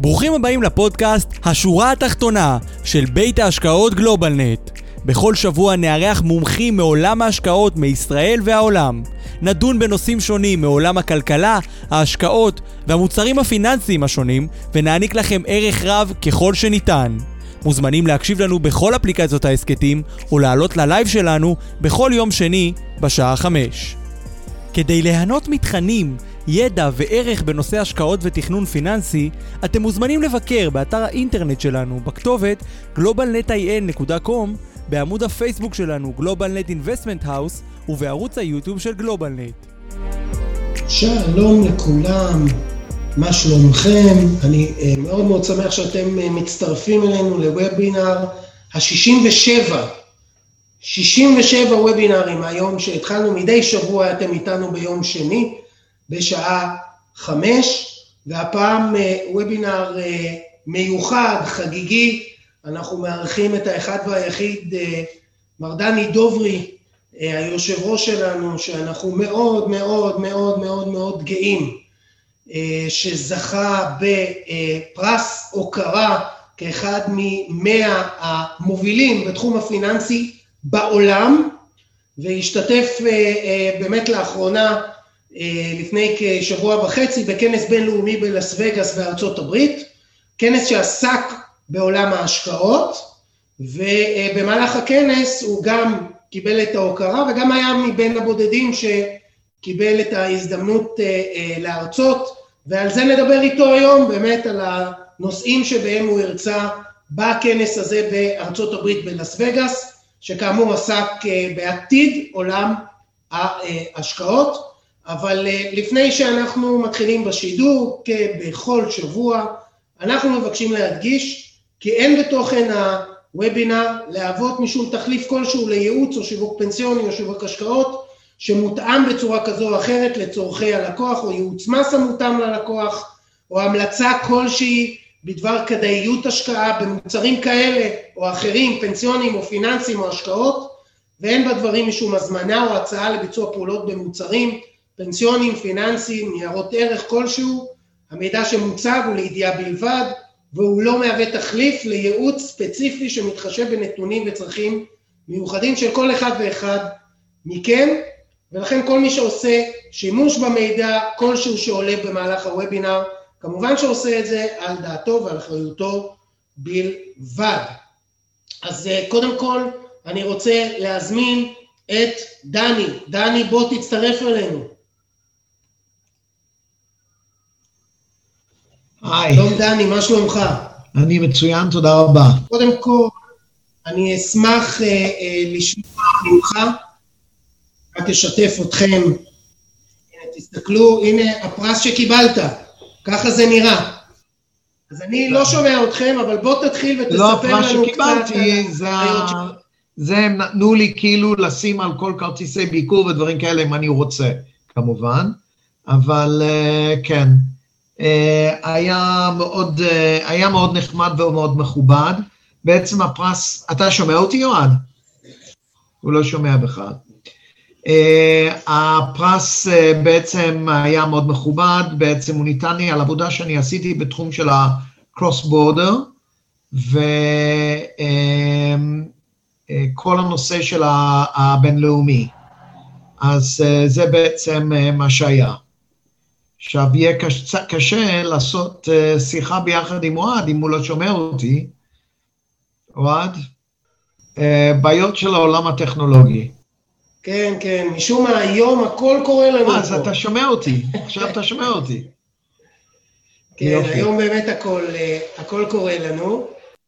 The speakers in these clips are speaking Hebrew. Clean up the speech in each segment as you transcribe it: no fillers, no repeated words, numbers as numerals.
ברוכים הבאים לפודקאסט השורה התחתונה של בית ההשקעות גלובלנט. בכל שבוע נארח מומחים מעולם ההשקעות מישראל והעולם. נדון בנושאים שונים מעולם הכלכלה, ההשקעות והמוצרים הפיננסיים השונים, ונעניק לכם ערך רב ככל שניתן. מוזמנים להקשיב לנו בכל אפליקציות העסקתים, או לעלות ללייב שלנו בכל יום שני בשעה 5. כדי ליהנות מתכנים, ידע וערך בנושא השקעות ותכנון פיננסי, אתם מוזמנים לבקר באתר האינטרנט שלנו בכתובת globalnetin.com, בעמוד הפייסבוק שלנו GlobalNet Investment House ובערוץ היוטיוב של גלובלנט. שלום לכולם, מה שלומכם? אני מאוד מאוד שמח שאתם מצטרפים אלינו לוובינר ה-67. 67 וובינרים היום שהתחלנו מדי שבוע, אתם איתנו ביום שני בשעה 5, והפעם וובינר מיוחד, חגיגי. אנחנו מארחים את האחד והיחיד מר דני דוברי, היושב ראש שלנו, שאנחנו מאוד מאוד מאוד מאוד מאוד גאים, שזכה בפרס הוקרה כאחד מ-100 המובילים בתחום הפיננסי בעולם, והשתתף באמת לאחרונה, לפני כשבוע וחצי, בכנס בינלאומי בלאס וגאס בארצות הברית, כנס שעסק בעולם ההשקעות, ובמהלך הכנס הוא גם קיבל את ההוקרה, וגם היה מבין הבודדים שקיבל את ההזדמנות להרצות, ועל זה נדבר איתו היום, באמת על הנושאים שבהם הוא הרצה בכנס הזה בארצות הברית בלאס וגאס, שכאמור עסק בעתיד עולם ההשקעות. אבל לפני שאנחנו מתחילים בשידור, כבכל שבוע, אנחנו מבקשים להדגיש כי אין בתוכן הוובינר להוות משום תחליף כלשהו לייעוץ או שיווק פנסיוני או שיווק השקעות, שמותאם בצורה כזו או אחרת לצורכי הלקוח, או ייעוץ מס המותאם ללקוח, או המלצה כלשהי בדבר כדאיות השקעה במוצרים כאלה או אחרים, פנסיונים או פיננסיים או השקעות, ואין בדברים משום הזמנה או הצעה לביצוע פעולות במוצרים, פנסיונים, פיננסיים, ניירות ערך כלשהו. המידע שמוצג הוא לידיעה בלבד, והוא לא מהווה תחליף לייעוץ ספציפי שמתחשב בנתונים וצרכים מיוחדים של כל אחד ואחד מכם, ולכן כל מי שעושה שימוש במידע כלשהו שעולה במהלך הוובינר, כמובן שעושה את זה על דעתו ועל אחריותו בלבד. אז קודם כל אני רוצה להזמין את דני. דני, בוא תצטרף אלינו. היי. שלום דני, מה שלומך? אני מצוין, תודה רבה. קודם כל, אני אשמח לשמוע ממך, רק אשתף אתכם. הנה, תסתכלו, הנה הפרס שקיבלת, ככה זה נראה. אז אני לא שומע אתכם, אבל בוא תתחיל ותספר לנו קצת. לא, הפרס שקיבלתי, זה הם נתנו לי כאילו לשים על כל כרטיסי ביקור ודברים כאלה, אם אני רוצה, כמובן. אבל כן. היה מאוד נחמד ומאוד מכובד. בעצם הפרס, אתה שומע אותי יועד? הוא לא שומע בכלל. הפרס בעצם היה מאוד מכובד, בעצם הוא ניתן לי על עבודה שאני עשיתי בתחום של ה-cross border, וכל הנושא של הבינלאומי. אז זה בעצם מה שהיה. עכשיו, יהיה קשה לעשות שיחה ביחד עם אוהד, אם הוא לא שומע אותי. אוהד? בעיות של העולם הטכנולוגי. כן, כן, משום מה, היום הכל קורה לנו. אז אתה שומע אותי, עכשיו אתה שומע אותי. כן, היום באמת הכל קורה לנו.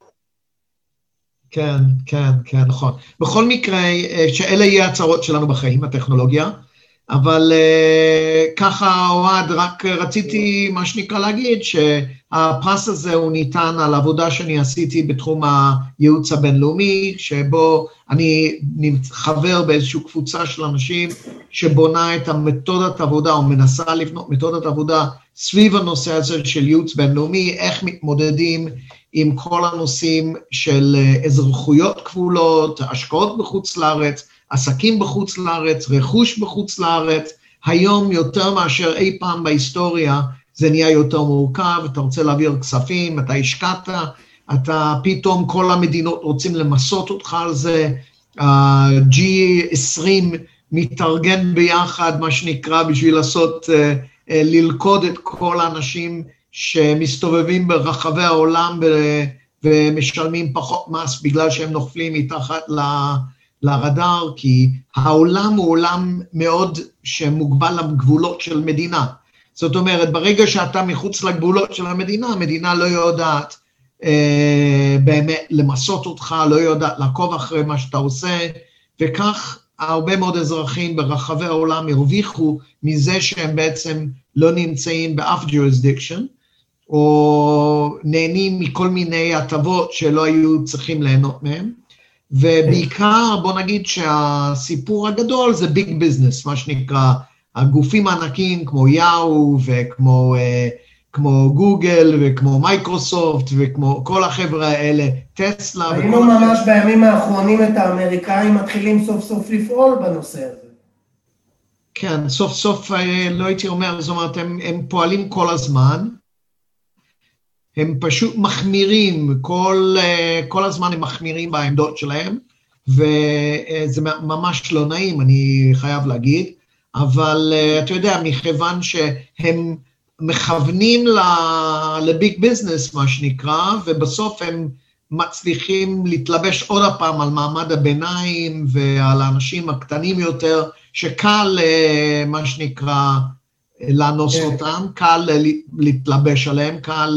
כן, כן, כן, נכון. בכל מקרה, שאלה יהיה הצרות שלנו בחיים, הטכנולוגיה, אבל ככה אוהד, רק רציתי מה שנקרא להגיד, שהפרס הזה הוא ניתן על עבודה שאני עשיתי בתחום הייעוץ הבינלאומי, שבו אני חבר באיזושהי קבוצה של אנשים, שבונה את המתודת עבודה, או מנסה לבנות מתודת עבודה, סביב הנושא הזה של ייעוץ בינלאומי, איך מתמודדים עם כל הנושאים של אזרחויות כפולות, השקעות בחוץ לארץ, עסקים בחוץ לארץ, רכוש בחוץ לארץ. היום יותר מאשר אי פעם בהיסטוריה, זה נהיה יותר מורכב, אתה רוצה להעביר כספים, אתה השקעת, אתה פתאום כל המדינות רוצים למסות אותך על זה, G20 מתארגן ביחד, מה שנקרא, בשביל לעשות, ללכוד את כל האנשים שמסתובבים ברחבי העולם ומשלמים פחות מס בגלל שהם נופלים מתחת לרדאר, כי העולם הוא עולם מאוד שמוגבל לגבולות של מדינה. זאת אומרת, ברגע שאתה מחוץ לגבולות של המדינה, המדינה לא יודעת באמת למסות אותך, לא יודעת לעקוב אחרי מה שאתה עושה, וכך הרבה מאוד אזרחים ברחבי העולם הרוויחו מזה שהם בעצם לא נמצאים באף jurisdiction, או נהנים מכל מיני הטבות שלא היו צריכים ליהנות מהם, ובעיקר בוא נגיד שהסיפור הגדול זה ביג ביזנס, מה שנקרא הגופים הענקים כמו יאו וכמו גוגל וכמו מייקרוסופט וכמו כל החבר'ה האלה, טסלה. ראינו ממש בימים האחרונים את האמריקאים מתחילים סוף סוף לפעול בנושא הזה. כן, סוף סוף לא הייתי אומר, זאת אומרת הם פועלים כל הזמן, הם פשוט מחמירים, כל הזמן הם מחמירים בעמדות שלהם, וזה ממש לא נעים, אני חייב להגיד, אבל אתה יודע, מכיוון שהם מכוונים לביג ביזנס, מה שנקרא, ובסוף הם מצליחים להתלבש עוד הפעם על מעמד הביניים, ועל האנשים הקטנים יותר, שקל, מה שנקרא, לאנוס אותם, קל להתלבש עליהם, קל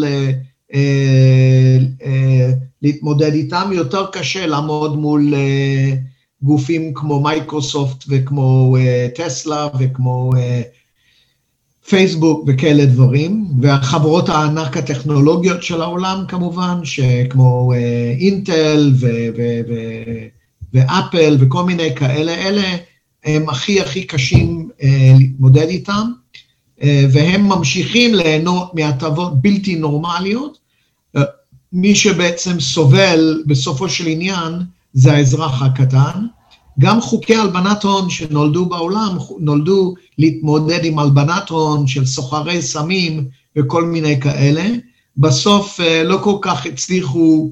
להתמודד איתם, יותר קשה לעמוד מול גופים כמו מייקרוסופט וכמו טסלה וכמו פייסבוק וכאלה דברים, והחברות הענק הטכנולוגיות של העולם כמובן, שכמו אינטל ואפל וכל מיני כאלה, אלה הם הכי קשים להתמודד איתם, והם ממשיכים ליהנות מהטבות בלתי נורמליות. מי שבעצם סובל בסופו של עניין זה האזרח הקטן. גם חוקי הלבנת הון שנולדו בעולם, נולדו להתמודד עם הלבנת הון של סוחרי סמים וכל מיני כאלה. בסוף לא כל כך הצליחו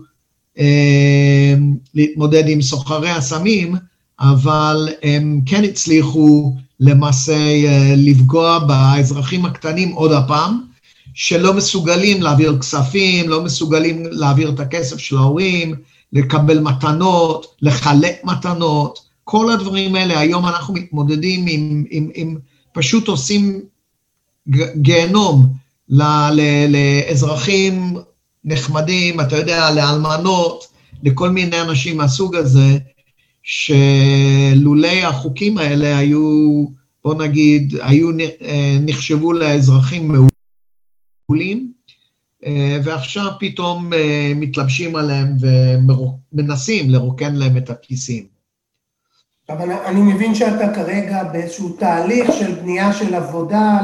להתמודד עם סוחרי הסמים, אבל הם כן הצליחו למעשה לפגוע באזרחים הקטנים עוד הפעם, שלא מסוגלים להעביר כספים, לא מסוגלים להעביר את הכסף של ההורים, לקבל מתנות, לחלק מתנות, כל הדברים האלה. היום אנחנו מתמודדים עם פשוט עושים גיהנום לאזרחים נחמדים, אתה יודע, לאלמנות, לכל מיני אנשים מהסוג הזה, שלולי החוקים האלה היו, בוא נגיד, היו נחשבו לאזרחים מעולים, ועכשיו פתאום מתלבשים עליהם ומנסים לרוקן להם את הכיסים. אבל אני מבין שאתה כרגע באיזשהו תהליך של בנייה של עבודה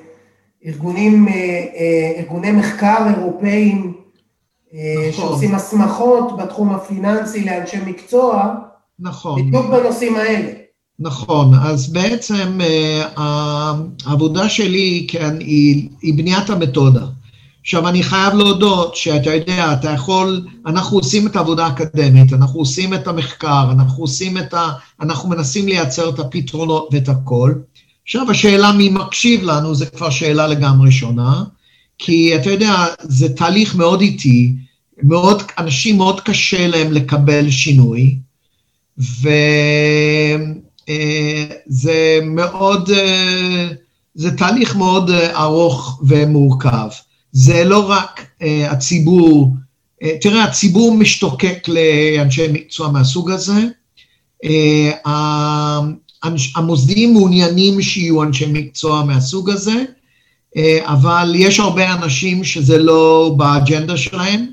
לארגוני מחקר אירופאים, שעושים הסמכות בתחום הפיננסי לאנשי מקצוע, נכון. בדיוק בנושאים האלה. נכון, אז בעצם העבודה שלי כאן היא בניית המתודה. עכשיו אני חייב להודות שאתה יודע, אתה יכול, אנחנו עושים את העבודה האקדמית, אנחנו עושים את המחקר, אנחנו מנסים לייצר את הפתרונות ואת הכל. עכשיו השאלה מי מקשיב לנו, זה כבר שאלה לגמרי שונה, כי אתה יודע, זה תהליך מאוד איטי, אנשים מאוד קשה להם לקבל שינוי, וזה מאוד, זה תהליך מאוד ארוך ומורכב. זה לא רק הציבור, תראה, הציבור משתוקק לאנשי מקצוע מהסוג הזה, המוסדיים מעוניינים שיהיו אנשי מקצוע מהסוג הזה, אבל יש הרבה אנשים שזה לא באג'נדה שלהם,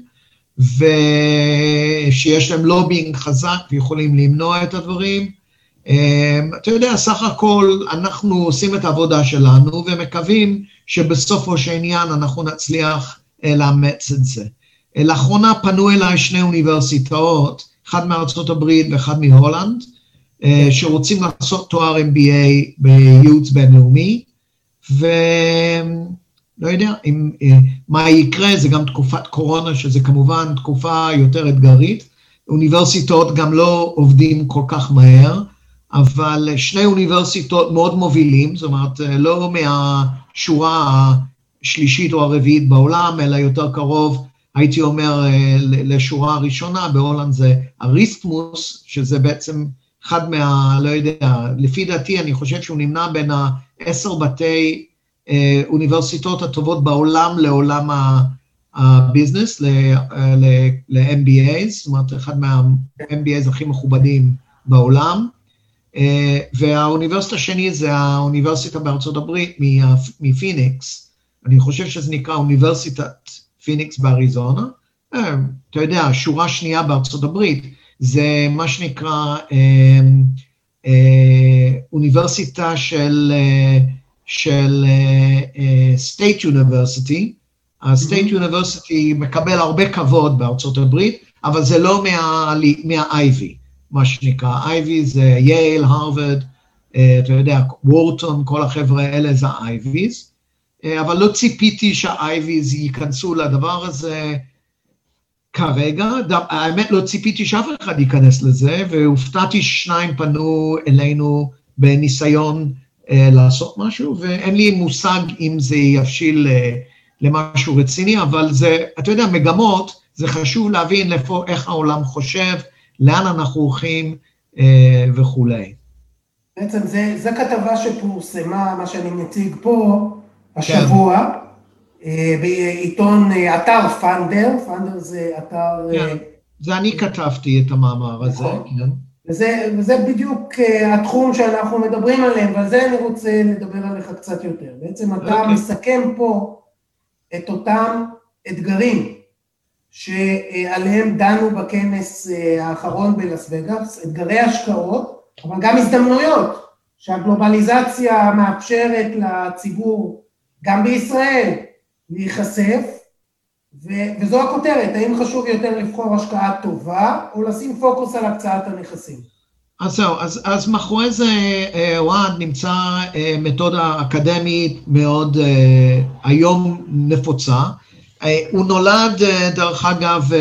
ושיש להם לובינג חזק ויכולים למנוע את הדברים. אתה יודע, סך הכל אנחנו עושים את העבודה שלנו ומקווים שבסופו של עניין אנחנו נצליח לאמץ את זה. לאחרונה פנו אליי שני אוניברסיטאות, אחד מארצות הברית ואחד מהולנד, שרוצים לעשות תואר MBA בייעוץ בינלאומי, לא יודע, מה יקרה, זה גם תקופת קורונה, שזה כמובן תקופה יותר אתגרית, אוניברסיטאות גם לא עובדים כל כך מהר, אבל שני אוניברסיטאות מאוד מובילים, זאת אומרת, לא מהשורה השלישית או הרביעית בעולם, אלא יותר קרוב, הייתי אומר, לשורה הראשונה, בהולנד זה אריסטמוס, שזה בעצם אחד לא יודע, לפי דעתי, אני חושב שהוא נמנה בין 10 בתי אוניברסיטאות הטובות בעולם לעולם הביזנס, ל-MBAs, זאת אומרת, אחד מה-MBAs הכי מכובדים בעולם, והאוניברסיטה השני זה האוניברסיטה בארצות הברית, מפיניקס, אני חושב שזה נקרא אוניברסיטת פיניקס באריזונה, אתה יודע, השורה שנייה בארצות הברית, זה מה שנקרא אוניברסיטה של State University, ה-State University מקבל הרבה כבוד בארצות הברית, אבל זה לא מה-Ivy, מה שנקרא, Ivy זה יייל, הרווארד, אתה יודע, וורטון, כל החבר'ה האלה זה ה-Ivies, אבל לא ציפיתי שה-Ivies ייכנסו לדבר הזה כרגע, האמת לא ציפיתי שאף אחד ייכנס לזה, והופתעתי שניים פנו אלינו בניסיון לעשות משהו, ואין לי מושג אם זה יבשיל למשהו רציני, אבל זה, אתה יודע, מגמות, זה חשוב להבין איך העולם חושב, לאן אנחנו הולכים וכולי. בעצם זה כתבה שפורסמה, מה שאני מציג פה, השבוע, בעיתון, אתר פנדר זה אתר... זה אני כתבתי את המאמר הזה, כן. וזה בדיוק התחום שאנחנו מדברים עליהם, ועל זה אני רוצה לדבר עליך קצת יותר. בעצם אתה מסכם פה את אותם אתגרים שעליהם דנו בכנס האחרון בלאס וגאס, אתגרי השקעות, אבל גם הזדמנויות שהגלובליזציה מאפשרת לציבור, גם בישראל, להיחשף, וזו הכותרת, האם חשוב יותר לבחור השקעה טובה, או לשים פוקוס על הקצאת הנכסים? אז זהו, אז מאחורי זה, אוהד, נמצא מתודה אקדמית מאוד היום נפוצה, הוא נולד, דרך אגב,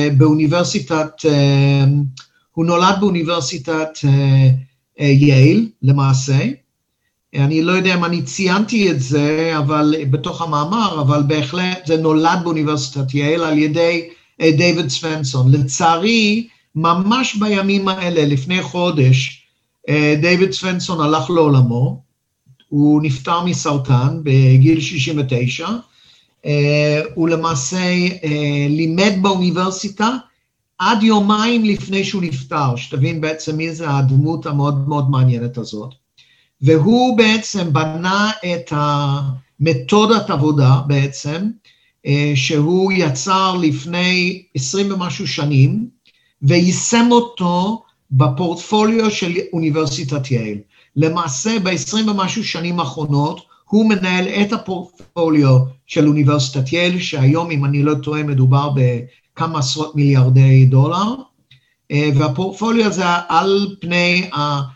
באוניברסיטת יייל, למעשה, אני לא יודע אם אני ציינתי את זה, אבל בתוך המאמר, אבל בהחלט זה נולד באוניברסיטת יייל על ידי דיוויד סוונסון. לצערי, ממש בימים האלה, לפני חודש, דיוויד סוונסון הלך לעולמו, הוא נפטר מסרטן בגיל 69, הוא למעשה לימד באוניברסיטה עד יומיים לפני שהוא נפטר, שתבין בעצם מי זה הדמות המאוד מאוד מעניינת הזאת. והוא בעצם בנה את המתודת עבודה בעצם, שהוא יצר לפני 20 ומשהו שנים, ויישם אותו בפורטפוליו של אוניברסיטת יייל. למעשה ב-20 ומשהו שנים האחרונות, הוא מנהל את הפורטפוליו של אוניברסיטת יייל, שהיום אם אני לא טועה מדובר בכמה עשרות מיליארדי דולר, והפורטפוליו הזה על פני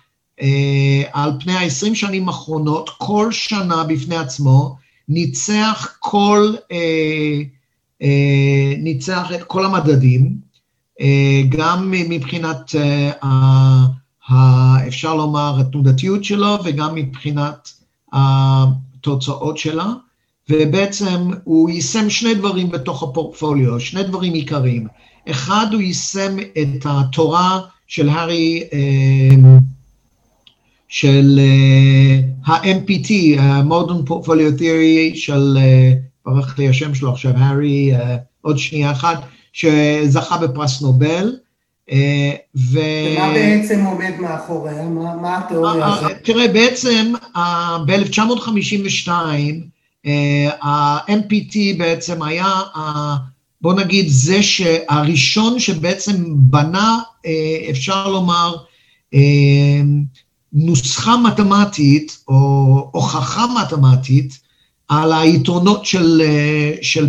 ה-20 שנים האחרונות, כל שנה בפני עצמו, ניצח את כל המדדים, גם מבחינת, אפשר לומר, התנודתיות שלו, וגם מבחינת התוצאות שלה, ובעצם הוא יישם שני דברים בתוך הפורטפוליו, שני דברים עיקריים. אחד, הוא יישם את התורה של הארי, של ה-MPT, Modern Portfolio Theory של, ברח לי השם שלו עכשיו, הארי, עוד שנייה אחת, שזכה בפרס נובל. ומה בעצם עומד מאחוריה? מה התיאוריה הזאת? תראה, בעצם ב-1952, ה-MPT בעצם היה, בוא נגיד, זה שהראשון שבעצם בנה, אפשר לומר, נוסחה מתמטית או הוכחה מתמטית על היתרונות של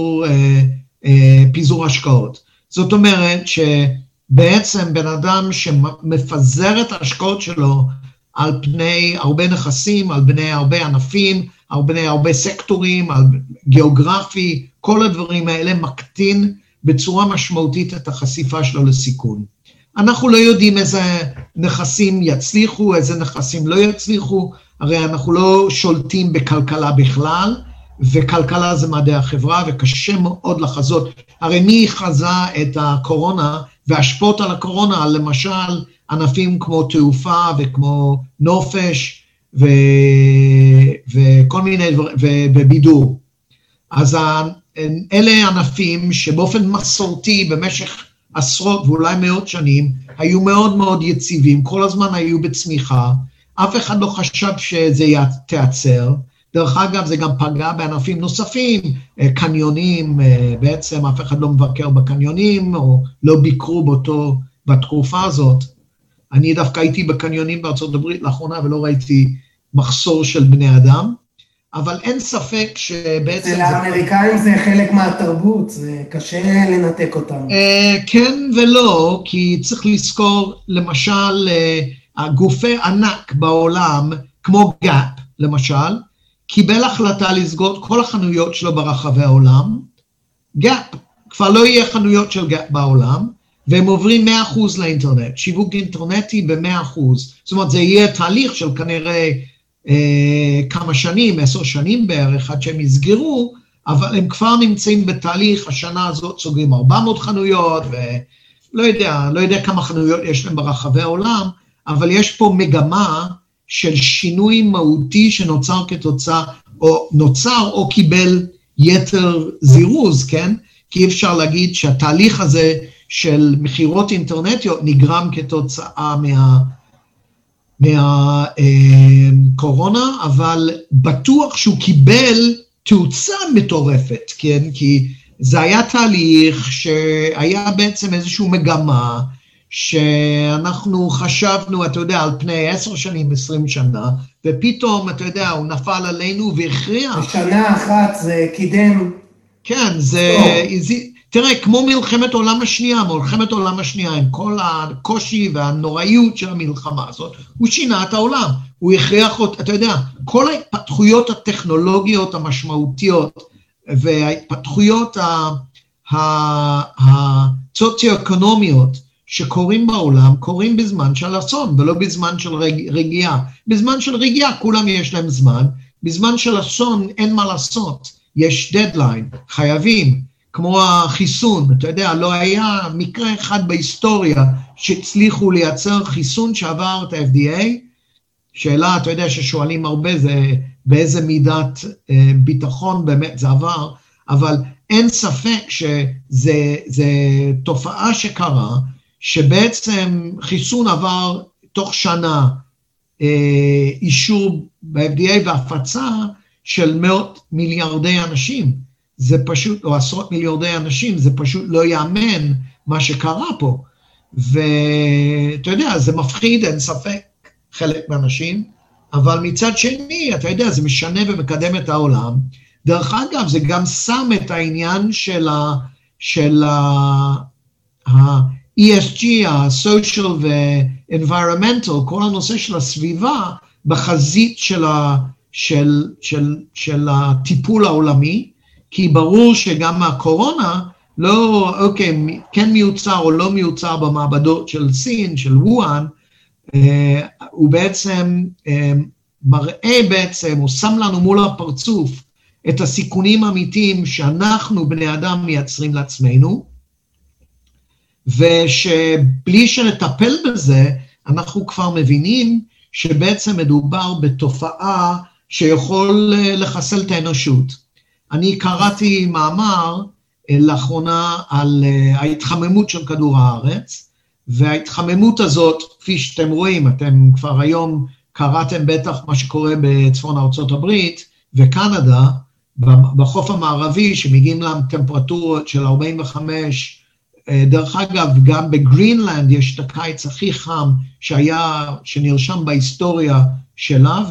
פיזור השקעות. זאת אומרת שבעצם בן אדם שמפזר את ההשקעות שלו על פני הרבה נכסים, על פני הרבה ענפים, על פני הרבה סקטורים, על גיאוגרפי, כל הדברים האלה מקטין בצורה משמעותית את החשיפה שלו לסיכון. אנחנו לא יודעים איזה נכסים יצליחו, איזה נכסים לא יצליחו, הרי אנחנו לא שולטים בכלכלה בכלל, וכלכלה זה מדעי החברה, וקשה מאוד לחזות. הרי מי חזה את הקורונה, והשפעות על הקורונה, למשל ענפים כמו תעופה וכמו נופש, וכל מיני דברים, ובידור. אז אלה ענפים שבאופן מסורתי במשך עשרות ואולי מאות שנים, היו מאוד מאוד יציבים, כל הזמן היו בצמיחה, אף אחד לא חשב שזה תיעצר, דרך אגב זה גם פגע בענפים נוספים, קניונים, בעצם אף אחד לא מבקר בקניונים, או לא ביקרו בתקופה הזאת, אני דווקא הייתי בקניונים בארצות הברית לאחרונה, ולא ראיתי מחסור של בני אדם, אבל אין ספק שבעצם... לאמריקאים זה חלק מהתרבות, זה קשה לנתק אותם. כן ולא, כי צריך לזכור, למשל, הגופי ענק בעולם, כמו גאפ, למשל, קיבל החלטה לסגור כל החנויות שלו ברחבי העולם, גאפ, כבר לא יהיה חנויות של גאפ בעולם, והם עוברים 100% לאינטרנט, שיווק אינטרנטי ב100%, זאת אומרת, זה יהיה תהליך של כנראה כמה שנים, 10 שנים בערך, עד שהם יסגרו, אבל הם כבר נמצאים בתהליך, השנה הזאת סוגרים 400 חנויות, ולא יודע כמה חנויות יש להם ברחבי העולם, אבל יש פה מגמה של שינוי מהותי שנוצר כתוצאה, או נוצר או קיבל יתר זירוז, כן? כי אפשר להגיד שהתהליך הזה של מחירות אינטרנטיות נגרם כתוצאה מהקורונה, אבל בטוח שהוא קיבל תאוצה מטורפת, כן? כי זה היה תהליך שהיה בעצם איזושהי מגמה, שאנחנו חשבנו, אתה יודע, על פני 10 שנים, 20 שנה, ופתאום, אתה יודע, הוא נפל עלינו והכריע. בשנה אחת זה קידם. כן, זה... תראה, כמו מלחמת העולם השנייה, עם כל הקושי והנוראיות של המלחמה הזאת, הוא שינה את העולם, הוא הכריח, אתה יודע, כל ההתפתחויות הטכנולוגיות המשמעותיות, וההתפתחויות הסוציו-אקונומיות שקורים בעולם, קורים בזמן של אסון, ולא בזמן של רגיעה. בזמן של רגיעה כולם יש להם זמן, בזמן של אסון אין מה לעשות, יש דדליין, חייבים, כמו החיסון, אתה יודע, לא היה מקרה אחד בהיסטוריה שהצליחו לייצר חיסון שעבר את ה-FDA, שאלה, אתה יודע, ששואלים הרבה, זה באיזה מידת ביטחון באמת זה עבר, אבל אין ספק שזה תופעה שקרה, שבעצם חיסון עבר תוך שנה אישור ב-FDA והפצה של 100 מיליארדי אנשים, זה פשוט, או 10 מיליארדי אנשים, זה פשוט לא יאמן מה שקרה פה, ואתה יודע, זה מפחיד, אין ספק, חלק מהאנשים, אבל מצד שני, אתה יודע, זה משנה ומקדם את העולם, דרך אגב, זה גם שם את העניין של ה-ESG, ה-social ו-environmental, כל הנושא של הסביבה, בחזית של הטיפול העולמי, כי ברור שגם הקורונה, לא, אוקיי, כן מיוצר או לא מיוצר במעבדות של סין, של וואן, הוא בעצם מראה בעצם, הוא שם לנו מול הפרצוף, את הסיכונים האמיתיים שאנחנו בני אדם מייצרים לעצמנו, ושבלי שנטפל בזה, אנחנו כבר מבינים שבעצם מדובר בתופעה שיכול לחסל את האנושות. אני קראתי מאמר לאחרונה על ההתחממות של כדור הארץ, וההתחממות הזאת, כפי שאתם רואים, אתם כבר היום קראתם בטח מה שקורה בצפון ארצות הברית וקנדה, בחוף המערבי, שמגיעים לטמפרטורות של 45, דרך אגב, גם בגרינלנד יש את הקיץ הכי חם שנרשם בהיסטוריה שלה,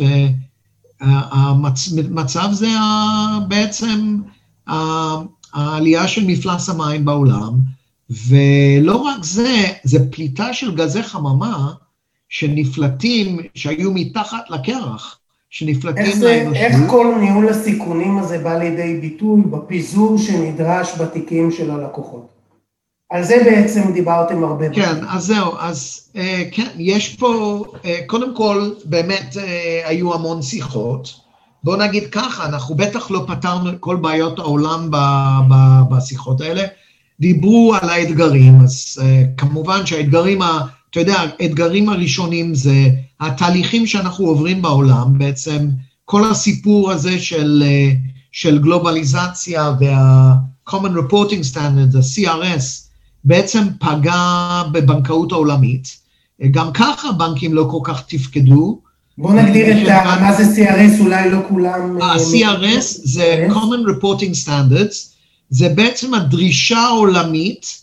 המצב זה בעצם העלייה של מפלס המים בעולם, ולא רק זה, זה פליטה של גזי חממה, שנפלטים, שהיו מתחת לקרח, שנפלטים לאנושות. איך כל ניהול הסיכונים הזה בא לידי ביטוי בפיזור שנדרש בתיקים של הלקוחות? על זה בעצם דיברתם הרבה. כן, אז זהו, אז כן, יש פה, קודם כל, באמת היו המון שיחות. בוא נגיד ככה, אנחנו בטח לא פתרנו כל בעיות העולם בשיחות האלה. דיברו על האתגרים, אז כמובן שהאתגרים, אתה יודע, האתגרים הראשונים זה התהליכים שאנחנו עוברים בעולם, בעצם כל הסיפור הזה של גלובליזציה וה-Common Reporting Standards, ה-CRS, בעצם פגע בבנקאות העולמית. גם ככה בנקים לא כל כך תפקדו. בוא נגדיר מה זה CRS, אולי לא כולם... CRS זה Common Reporting Standards, זה בעצם הדרישה העולמית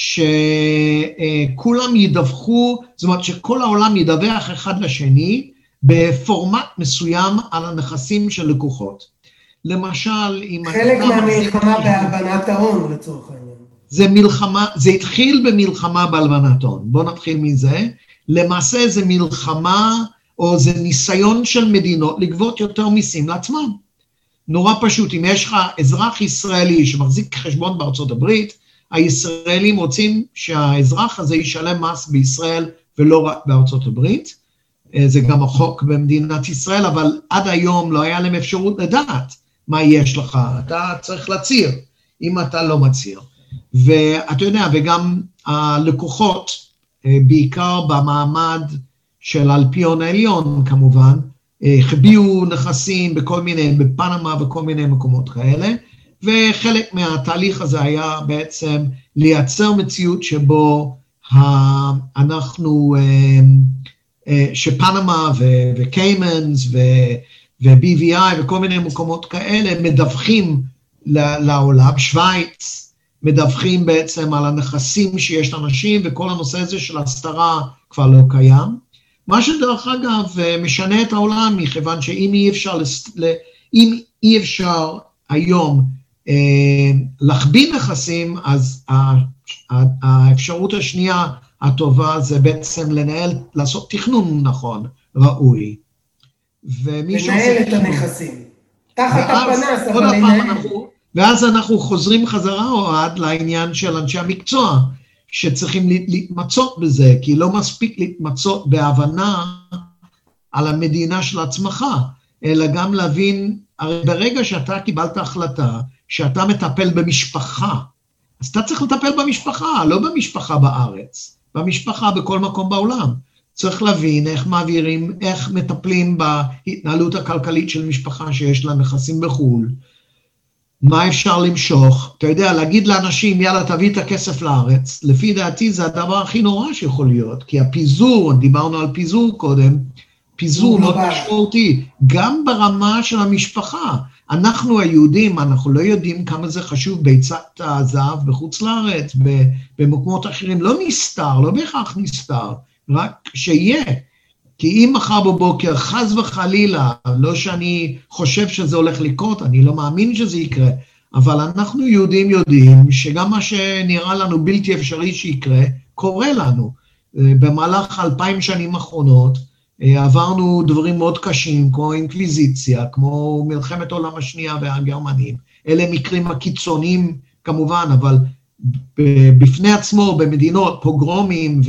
שכולם ידווחו, זאת אומרת שכל העולם ידווח אחד לשני בפורמט מסוים על הנכסים של לקוחות. למשל, אם... חלק מהמלחמה בהלבנת ההון לצורך העניין. זה מלחמה, זה התחיל במלחמה בהלבנת הון, בוא נתחיל מזה. למעשה זה מלחמה או זה ניסיון של מדינות לגבות יותר מיסים לעצמם. נורא פשוט, אם יש לך אזרח ישראלי שמחזיק חשבון בארצות הברית, הישראלים רוצים שהאזרח הזה ישלם מס בישראל ולא רק בארצות הברית, זה גם החוק במדינת ישראל, אבל עד היום לא היה להם אפשרות לדעת מה יש לך, אתה צריך להצהיר, אם אתה לא מצהיר. ואתה יודע, וגם הלקוחות, בעיקר במעמד של אלפיון העליון כמובן, חביאו נכסים בכל מיני, בפנמה וכל מיני מקומות כאלה, וחלק מהתהליך הזה היה בעצם לייצר מציאות שבו אנחנו, שפנמה וקיימנס ו-BVI וכל מיני מקומות כאלה מדווחים לעולם, שוויץ מדווחים בעצם על הנכסים שיש לאנשים, וכל הנושא הזה של הסתרה כבר לא קיים. מה שדרך אגב משנה את העולם, מכיוון שאם אי אפשר היום להחביא נכסים, אז האפשרות השנייה הטובה זה בעצם לעשות תכנון נכון, ראוי. לנהל את הנכסים. תחת הפנס, אבל לנהל. ואז אנחנו חוזרים חזרה עד לעניין של אנשי המקצוע, שצריכים להתמצות בזה, כי לא מספיק להתמצות בהבנה על המדינה של עצמך, אלא גם להבין, הרי ברגע שאתה קיבלת החלטה, שאתה מטפל במשפחה, אז אתה צריך לטפל במשפחה, לא במשפחה בארץ, במשפחה בכל מקום בעולם. צריך להבין איך מעבירים, איך מטפלים בהתנהלות הכלכלית של משפחה שיש לה נכסים בחו"ל, מה אפשר למשוך, אתה יודע, להגיד לאנשים, יאללה, תביא את הכסף לארץ, לפי דעתי זה הדבר הכי נורא שיכול להיות, כי הפיזור, דיברנו על פיזור קודם, פיזור מאוד משמעותי, גם ברמה של המשפחה, אנחנו היהודים, אנחנו לא יודעים כמה זה חשוב ביצת הזהב בחוץ לארץ, במקומות אחרים, לא נסתר, לא בהכרח נסתר, רק שיהיה, כי אם מחר בבוקר, חס וחלילה, לא שאני חושב שזה הולך לקרות, אני לא מאמין שזה יקרה, אבל אנחנו יהודים יודעים שגם מה שנראה לנו בלתי אפשרי שיקרה, קורה לנו. במהלך 2000 שנים האחרונות, עברנו דברים מאוד קשים, כמו אינקוויזיציה, כמו מלחמת העולם השנייה והגרמנים. אלה מקרים הקיצוניים כמובן, אבל בפני עצמו, במדינות, פוגרומים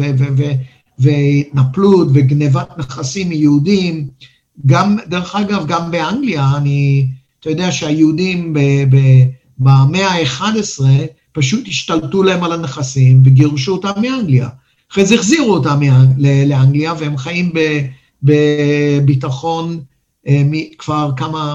והתנפלות וגנבת נכסים מיהודים, גם, דרך אגב, גם באנגליה, אתה יודע שהיהודים במאה ה-11 פשוט השתלטו להם על הנכסים וגירשו אותם מאנגליה. אחרי זה החזירו אותם לאנגליה, והם חיים בביטחון כבר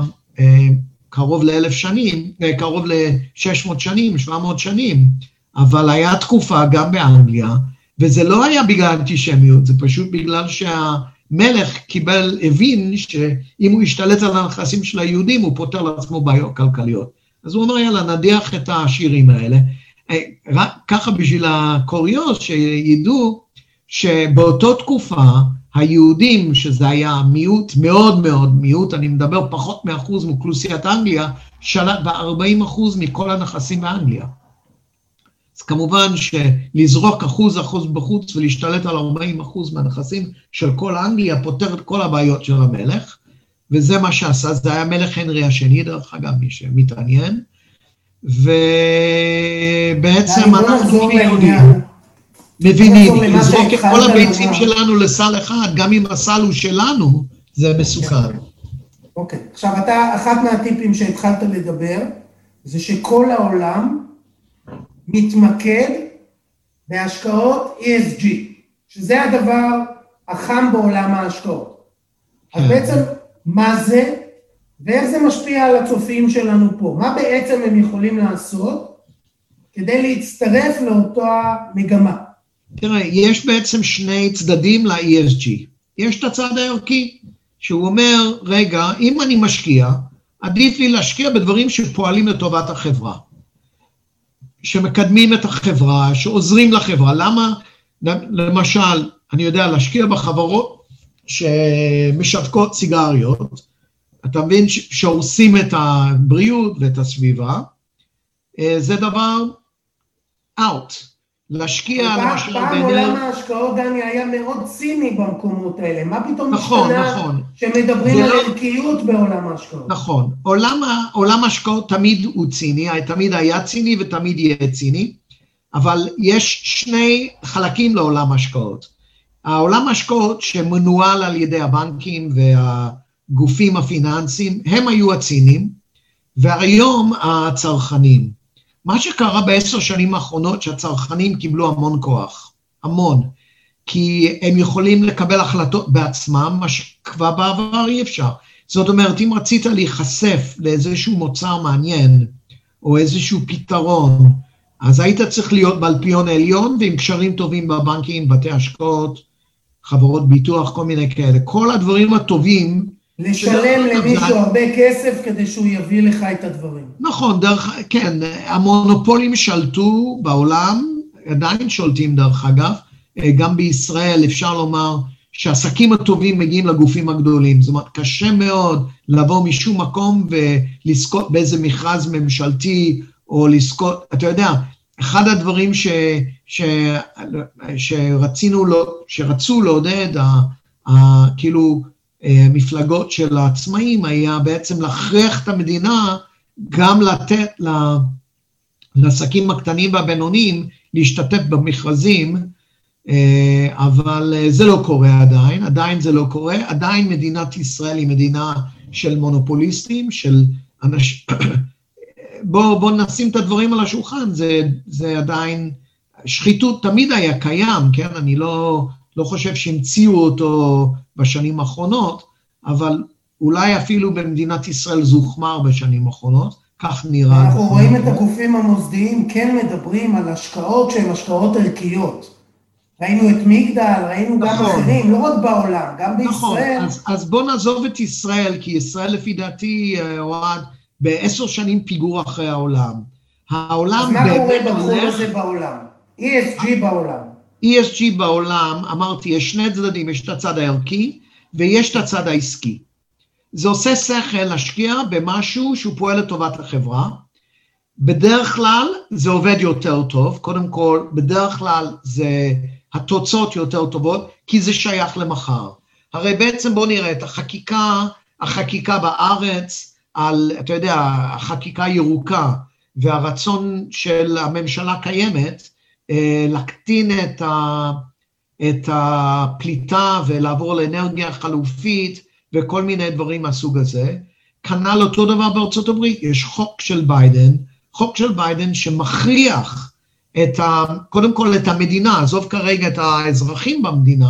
קרוב ל-1000 שנים, קרוב ל-600 שנים, 700 שנים, אבל היה תקופה גם באנגליה, וזה לא היה בגלל אנטישמיות, זה פשוט בגלל שהמלך הבין שאם הוא ישתלט על הנכסים של היהודים, הוא פותר לעצמו בעיות כלכליות. אז הוא אומר, יאללה, נדיח את השירים האלה. רק ככה בשביל הקוריוז, שידעו שבאותו תקופה, היהודים, שזה היה מיעוט, מאוד מאוד מיעוט, אני מדבר פחות מ1% מאוכלוסיית אנגליה, שלט ב40% מכל הנכסים באנגליה. אז כמובן שלזרוק 1% בחוץ ולהשתלט על 40% מהנכסים של כל אנגליה, פותר את כל הבעיות של המלך, וזה מה שעשה, זה היה מלך הנרי השני, דרך אגב, מי שמתעניין, ובעצם אנחנו מבינים, לזרוק את כל הביצים שלנו לסל אחד, גם אם הסל הוא שלנו, זה מסוכן. אוקיי, עכשיו אחד מהטיפים שהתחלת לדבר, זה שכל העולם מתמקד בהשקעות ESG, שזה הדבר החם בעולם ההשקעות. אז בעצם מה זה, ואיך זה משפיע על הצופים שלנו פה? מה בעצם הם יכולים לעשות כדי להצטרף לאותה מגמה? תראה, יש בעצם שני צדדים ל-ESG. יש את הצד הערכי, שהוא אומר, רגע, אם אני משקיע, עדיף לי להשקיע בדברים שפועלים לטובת החברה, שמקדמים את החברה, שעוזרים לחברה. למה? למשל, אני יודע להשקיע בחברות שמשווקות סיגריות, אתה מבין שעושים את הבריאות ואת הסביבה, זה דבר out. להשקיע, למשל, פעם עולם ההשקעות, דני, היה מאוד ציני במקומות האלה. מה פתאום משתנה שמדברים על ערכיות בעולם ההשקעות? נכון. עולם ההשקעות תמיד הוא ציני, תמיד היה ציני ותמיד יהיה ציני, אבל יש שני חלקים לעולם ההשקעות. העולם ההשקעות שמנוהל על ידי הבנקים והגופים הפיננסיים, הם היו הצינים, והיום הצרכנים. מה שקרה ב10 שנים האחרונות, שהצרכנים קיבלו המון כוח, המון, כי הם יכולים לקבל החלטות בעצמם, מה שכבר בעבר אי אפשר. זאת אומרת, אם רצית להיחשף לאיזשהו מוצר מעניין, או איזשהו פתרון, אז היית צריך להיות באלפיון העליון, ועם קשרים טובים בבנקים, בתי השקעות, חברות ביטוח, כל מיני כאלה. כל הדברים הטובים, לשלם למישהו הרבה כסף כדי שהוא יביא לך את הדברים. נכון, כן, המונופולים שלטו בעולם, עדיין שולטים דרך אגב, גם בישראל אפשר לומר שהעסקים הטובים מגיעים לגופים הגדולים, זאת אומרת, קשה מאוד לבוא משום מקום ולזכות באיזה מכרז ממשלתי, או לזכות, אתה יודע, אחד הדברים שרצו לעודד, כאילו, מפלגות של העצמאים, היה בעצם להכריח את המדינה, גם לתת לעסקים הקטנים והבינוניים, להשתתף במכרזים, אבל זה לא קורה עדיין זה לא קורה, עדיין מדינת ישראל היא מדינה של מונופוליסטים, של אנשים, בוא נשים את הדברים על השולחן, זה עדיין, שחיתות תמיד היה קיים, כן, אני לא חושב שהמציאו אותו בשנים האחרונות, אבל אולי אפילו במדינת ישראל זה הוחמר בשנים האחרונות, כך נראה. אנחנו רואים את הגופים המוסדיים כן מדברים על השקעות שהן השקעות ערכיות. ראינו את מגדל, ראינו גם אחרים, לא רק בעולם, גם בישראל. נכון, אז בוא נעזוב את ישראל, כי ישראל לפי דעתי הועד ב10 שנים פיגור אחרי העולם. אז מה קורה בתחום הזה בעולם? ESG בעולם. ESG בעולם, אמרתי, יש שני צדדים, יש את הצד הערכי, ויש את הצד העסקי. זה עושה שכל להשקיע במשהו שהוא פועל לטובת החברה, בדרך כלל זה עובד יותר טוב, קודם כל, בדרך כלל זה התוצאות יותר טובות, כי זה שייך למחר. הרי בעצם בוא נראה את החקיקה בארץ, אתה יודע, החקיקה ירוקה, והרצון של הממשלה קיימת, להקטין את הפליטה ולעבור לאנרגיה חלופית וכל מיני דברים מהסוג הזה. כנ"ל אותו דבר בארצות הברית, יש חוק של ביידן שמכריח קודם כל את המדינה, עזוב כרגע את האזרחים במדינה,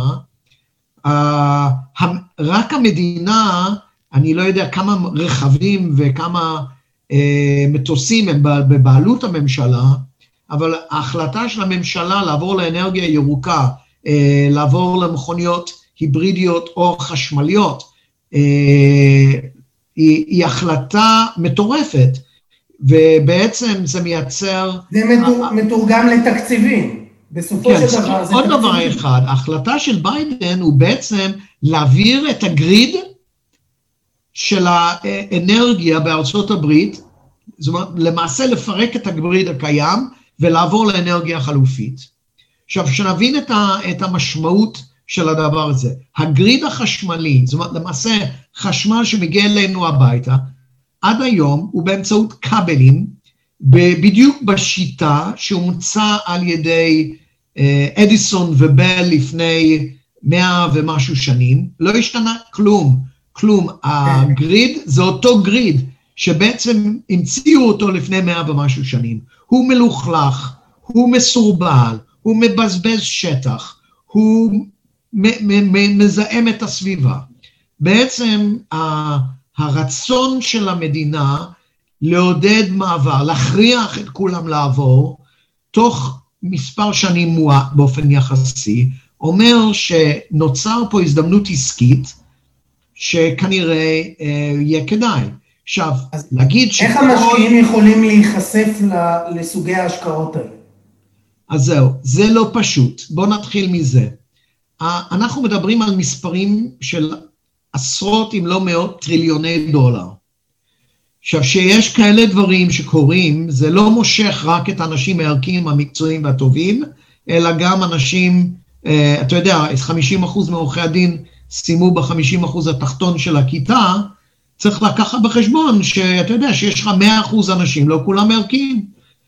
רק המדינה, אני לא יודע כמה רכבים וכמה מטוסים הם בבעלות הממשלה, אבל ההחלטה של הממשלה לעבור לאנרגיה ירוקה, לעבור למכוניות היברידיות או חשמליות, היא החלטה מטורפת, ובעצם זה מייצר... זה מתורגם לתקציבים, בסופו של דבר. עוד דבר אחד, ההחלטה של ביידן הוא בעצם להעביר את הגריד של האנרגיה בארצות הברית, זאת אומרת, למעשה לפרק את הגריד הקיים, ולעבור לאנרגיה חלופית. עכשיו, שנבין את המשמעות של הדבר הזה. הגריד החשמלי, זאת אומרת, למעשה, חשמל שמגיע אלינו הביתה, עד היום הוא באמצעות כבלים, בדיוק בשיטה שהומצא על ידי אדיסון ובל לפני 100 ומשהו שנים, לא השתנה כלום. הגריד זה אותו גריד שבעצם המציאו אותו לפני 100 ומשהו שנים. הוא מלוכלך, הוא מסורבל, הוא מבזבז שטח, הוא מזהם את הסביבה. בעצם הרצון של המדינה לעודד מעבר, להכריח את כולם לעבור, תוך מספר שנים מועט באופן יחסי, אומר שנוצר פה הזדמנות עסקית, שכנראה יהיה כדאי. עכשיו, להגיד איך המשקיעים יכולים להיחשף לסוגי ההשקעות האלה? אז זהו, זה לא פשוט. בואו נתחיל מזה. אנחנו מדברים על מספרים של עשרות אם לא מאות טריליוני דולר. עכשיו, שיש כאלה דברים שקורים, זה לא מושך רק את האנשים הערכיים, המקצועיים והטובים, אלא גם אנשים, אתה יודע, 50% מעורכי הדין שימו ב-50% התחתון של הכיתה, צריך לקחת בחשבון שאתה יודע שיש לך 100% אנשים, לא כולם ערכיים.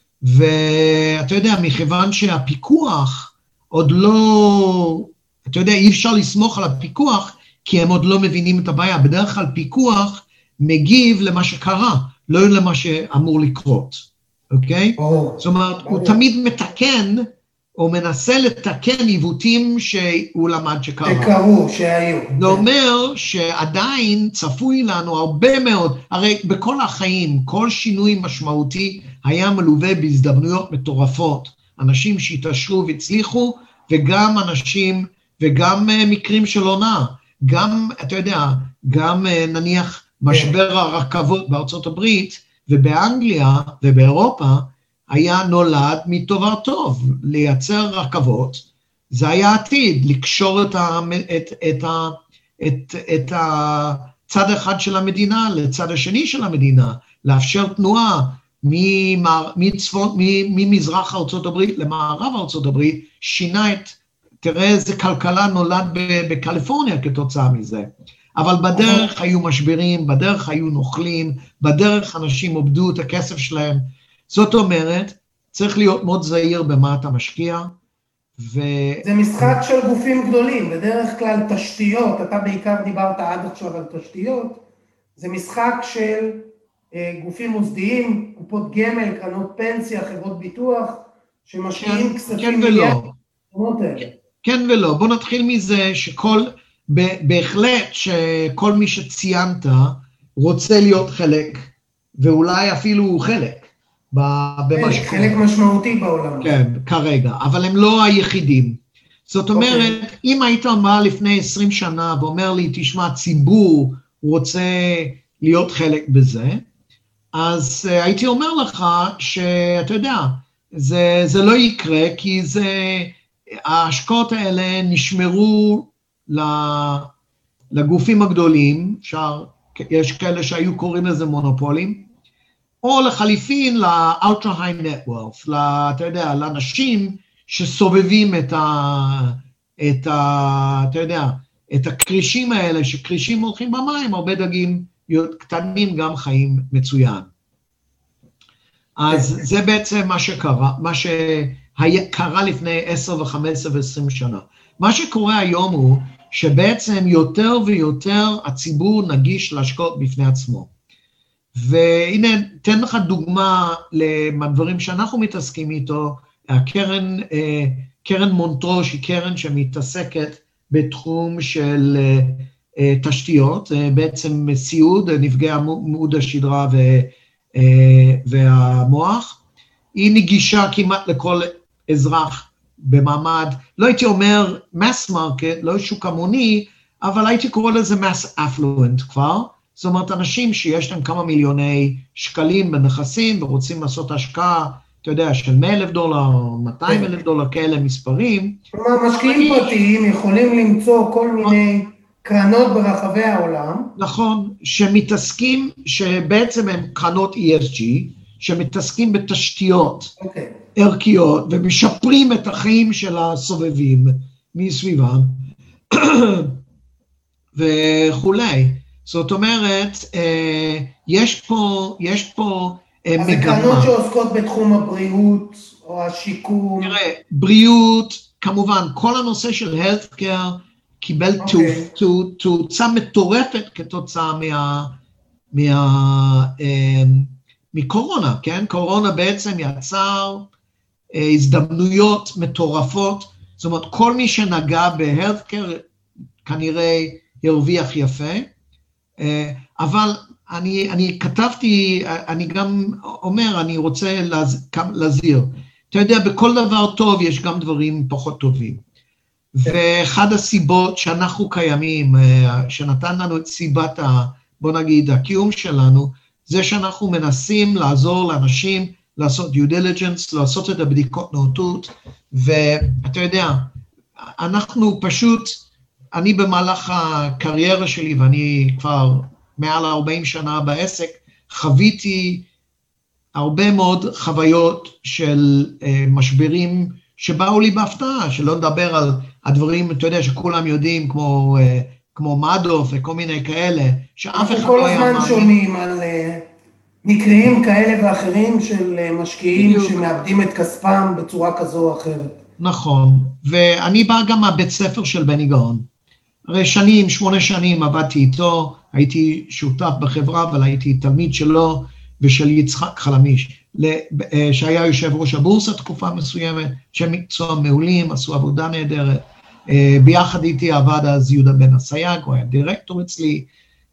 ואתה יודע, מכיוון שהפיקוח עוד לא, אתה יודע, אי אפשר לסמוך על הפיקוח, כי הם עוד לא מבינים את הבעיה. בדרך כלל פיקוח מגיב למה שקרה, לא למה שאמור לקרות, אוקיי? זאת אומרת, הוא תמיד מתקן, או מנסה לתקן עיוותים שהוא למד שקרו. שהיו. זה אומר שעדיין צפוי לנו הרבה מאוד, הרי בכל החיים, כל שינוי משמעותי היה מלווה בהזדמנויות מטורפות. אנשים שהתעשרו והצליחו, וגם אנשים, וגם מקרים של עונה. גם, אתה יודע, גם נניח משבר הרכבות בארצות הברית, ובאנגליה ובאירופה, היה נולד מטובר טוב, לייצר רכבות, זה היה עתיד, לקשור את הצד אחד של המדינה לצד השני של המדינה, לאפשר תנועה ממזרח ארצות הברית למערב ארצות הברית, שינה תראה איזה כלכלה נולד בקליפורניה כתוצאה מזה. אבל בדרך היו משברים, בדרך היו נוכלים, בדרך אנשים עובדו את הכסף שלהם, זאת אומרת, צריך להיות מאוד זהיר במה אתה משקיע. זה משחק של גופים גדולים, בדרך כלל תשתיות, אתה בעיקר דיברת עד עכשיו על תשתיות, זה משחק של גופים מוסדיים, קופות גמל, קרנות פנסיה, חברות ביטוח, שמשקיעים כספים מיליארדים. כן ולא, בוא נתחיל מזה בהחלט שכל מי שציינת רוצה להיות חלק, ואולי אפילו חלק. חלק משמעותי בעולם. כן, כרגע, אבל הם לא היחידים. זאת אומרת, אם היית אומר לפני 20 שנה ואומר לי, תשמע, ציבור רוצה להיות חלק בזה, אז הייתי אומר לך שאתה יודע, זה לא יקרה, כי ההשקעות האלה נשמרו לגופים הגדולים, יש כאלה שהיו קוראים לזה מונופולים, או לחליפין ל-ultra high net wealth, אתה יודע, לאנשים שסובבים אתה יודע, את הקרישים האלה, שקרישים הולכים במים, הרבה דגים קטנים גם חיים מצוין. אז זה בעצם מה שקרה לפני 10 ו-15 ו-20 שנה. מה שקורה היום הוא שבעצם יותר ויותר הציבור נגיש להשקעות בפני עצמו. והנה, תן לך דוגמה לדברים שאנחנו מתעסקים איתו, קרן מונטרוש היא קרן שמתעסקת בתחום של תשתיות, בעצם סיעוד, נפגעי עמוד השדרה והמוח, היא נגישה כמעט לכל אזרח במעמד, לא הייתי אומר mass market, לא שוק המוני, אבל הייתי קורא לזה mass affluent כבר, זאת אומרת, אנשים שיש להם כמה מיליוני שקלים בנכסים, ורוצים לעשות השקעה, אתה יודע, של $100,000, $200,000, כאלה מספרים. כלומר, משקיעים פרטיים יכולים למצוא כל מיני קרנות ברחבי העולם. נכון, שבעצם הם קרנות ESG, שמתעסקים בתשתיות. ערכיות, ומשפרים את החיים של הסובבים מסביבם, וכולי. זאת אומרת, יש פה אז זה קרנות שעוסקות בתחום הבריאות, או השיקום. תראה, בריאות, כמובן, כל הנושא של healthcare קיבל תאוצה מטורפת כתוצאה מקורונה, כן? קורונה בעצם יצר הזדמנויות מטורפות, זאת אומרת, כל מי שנגע ב-healthcare כנראה הרוויח יפה, אבל אני כתבתי, אני גם אומר, אני רוצה להזהיר, אתה יודע, בכל דבר טוב יש גם דברים פחות טובים, ואחד הסיבות שאנחנו קיימים, שנתן לנו את סיבת, בוא נגיד, הקיום שלנו, זה שאנחנו מנסים לעזור לאנשים, לעשות due diligence, לעשות את הבדיקות נאותות, ואתה יודע, אנחנו פשוט, אני במהלך הקריירה שלי, ואני כבר מעל 40 שנה בעסק, חוויתי הרבה מאוד חוויות של משברים שבאו לי בהפתעה, שלא נדבר על הדברים, אתה יודע, שכולם יודעים, כמו מדוף וכל מיני כאלה, שאף אחד לא היה מאמין. כל הזמן שומעים על מקרים כאלה ואחרים של משקיעים שמאבדים את כספם בצורה כזו או אחרת. נכון, ואני בא גם מהבית ספר של בני גאון. הרי 8 שנים עבדתי איתו, הייתי שותף בחברה, אבל הייתי תלמיד שלו ושל יצחק חלמיש, שהיה יושב ראש הבורסה תקופה מסוימת, שמקצוע מעולים, עשו עבודה נהדרת, ביחד איתי עבד אז יהודה בן הסייג, הוא היה דירקטור אצלי,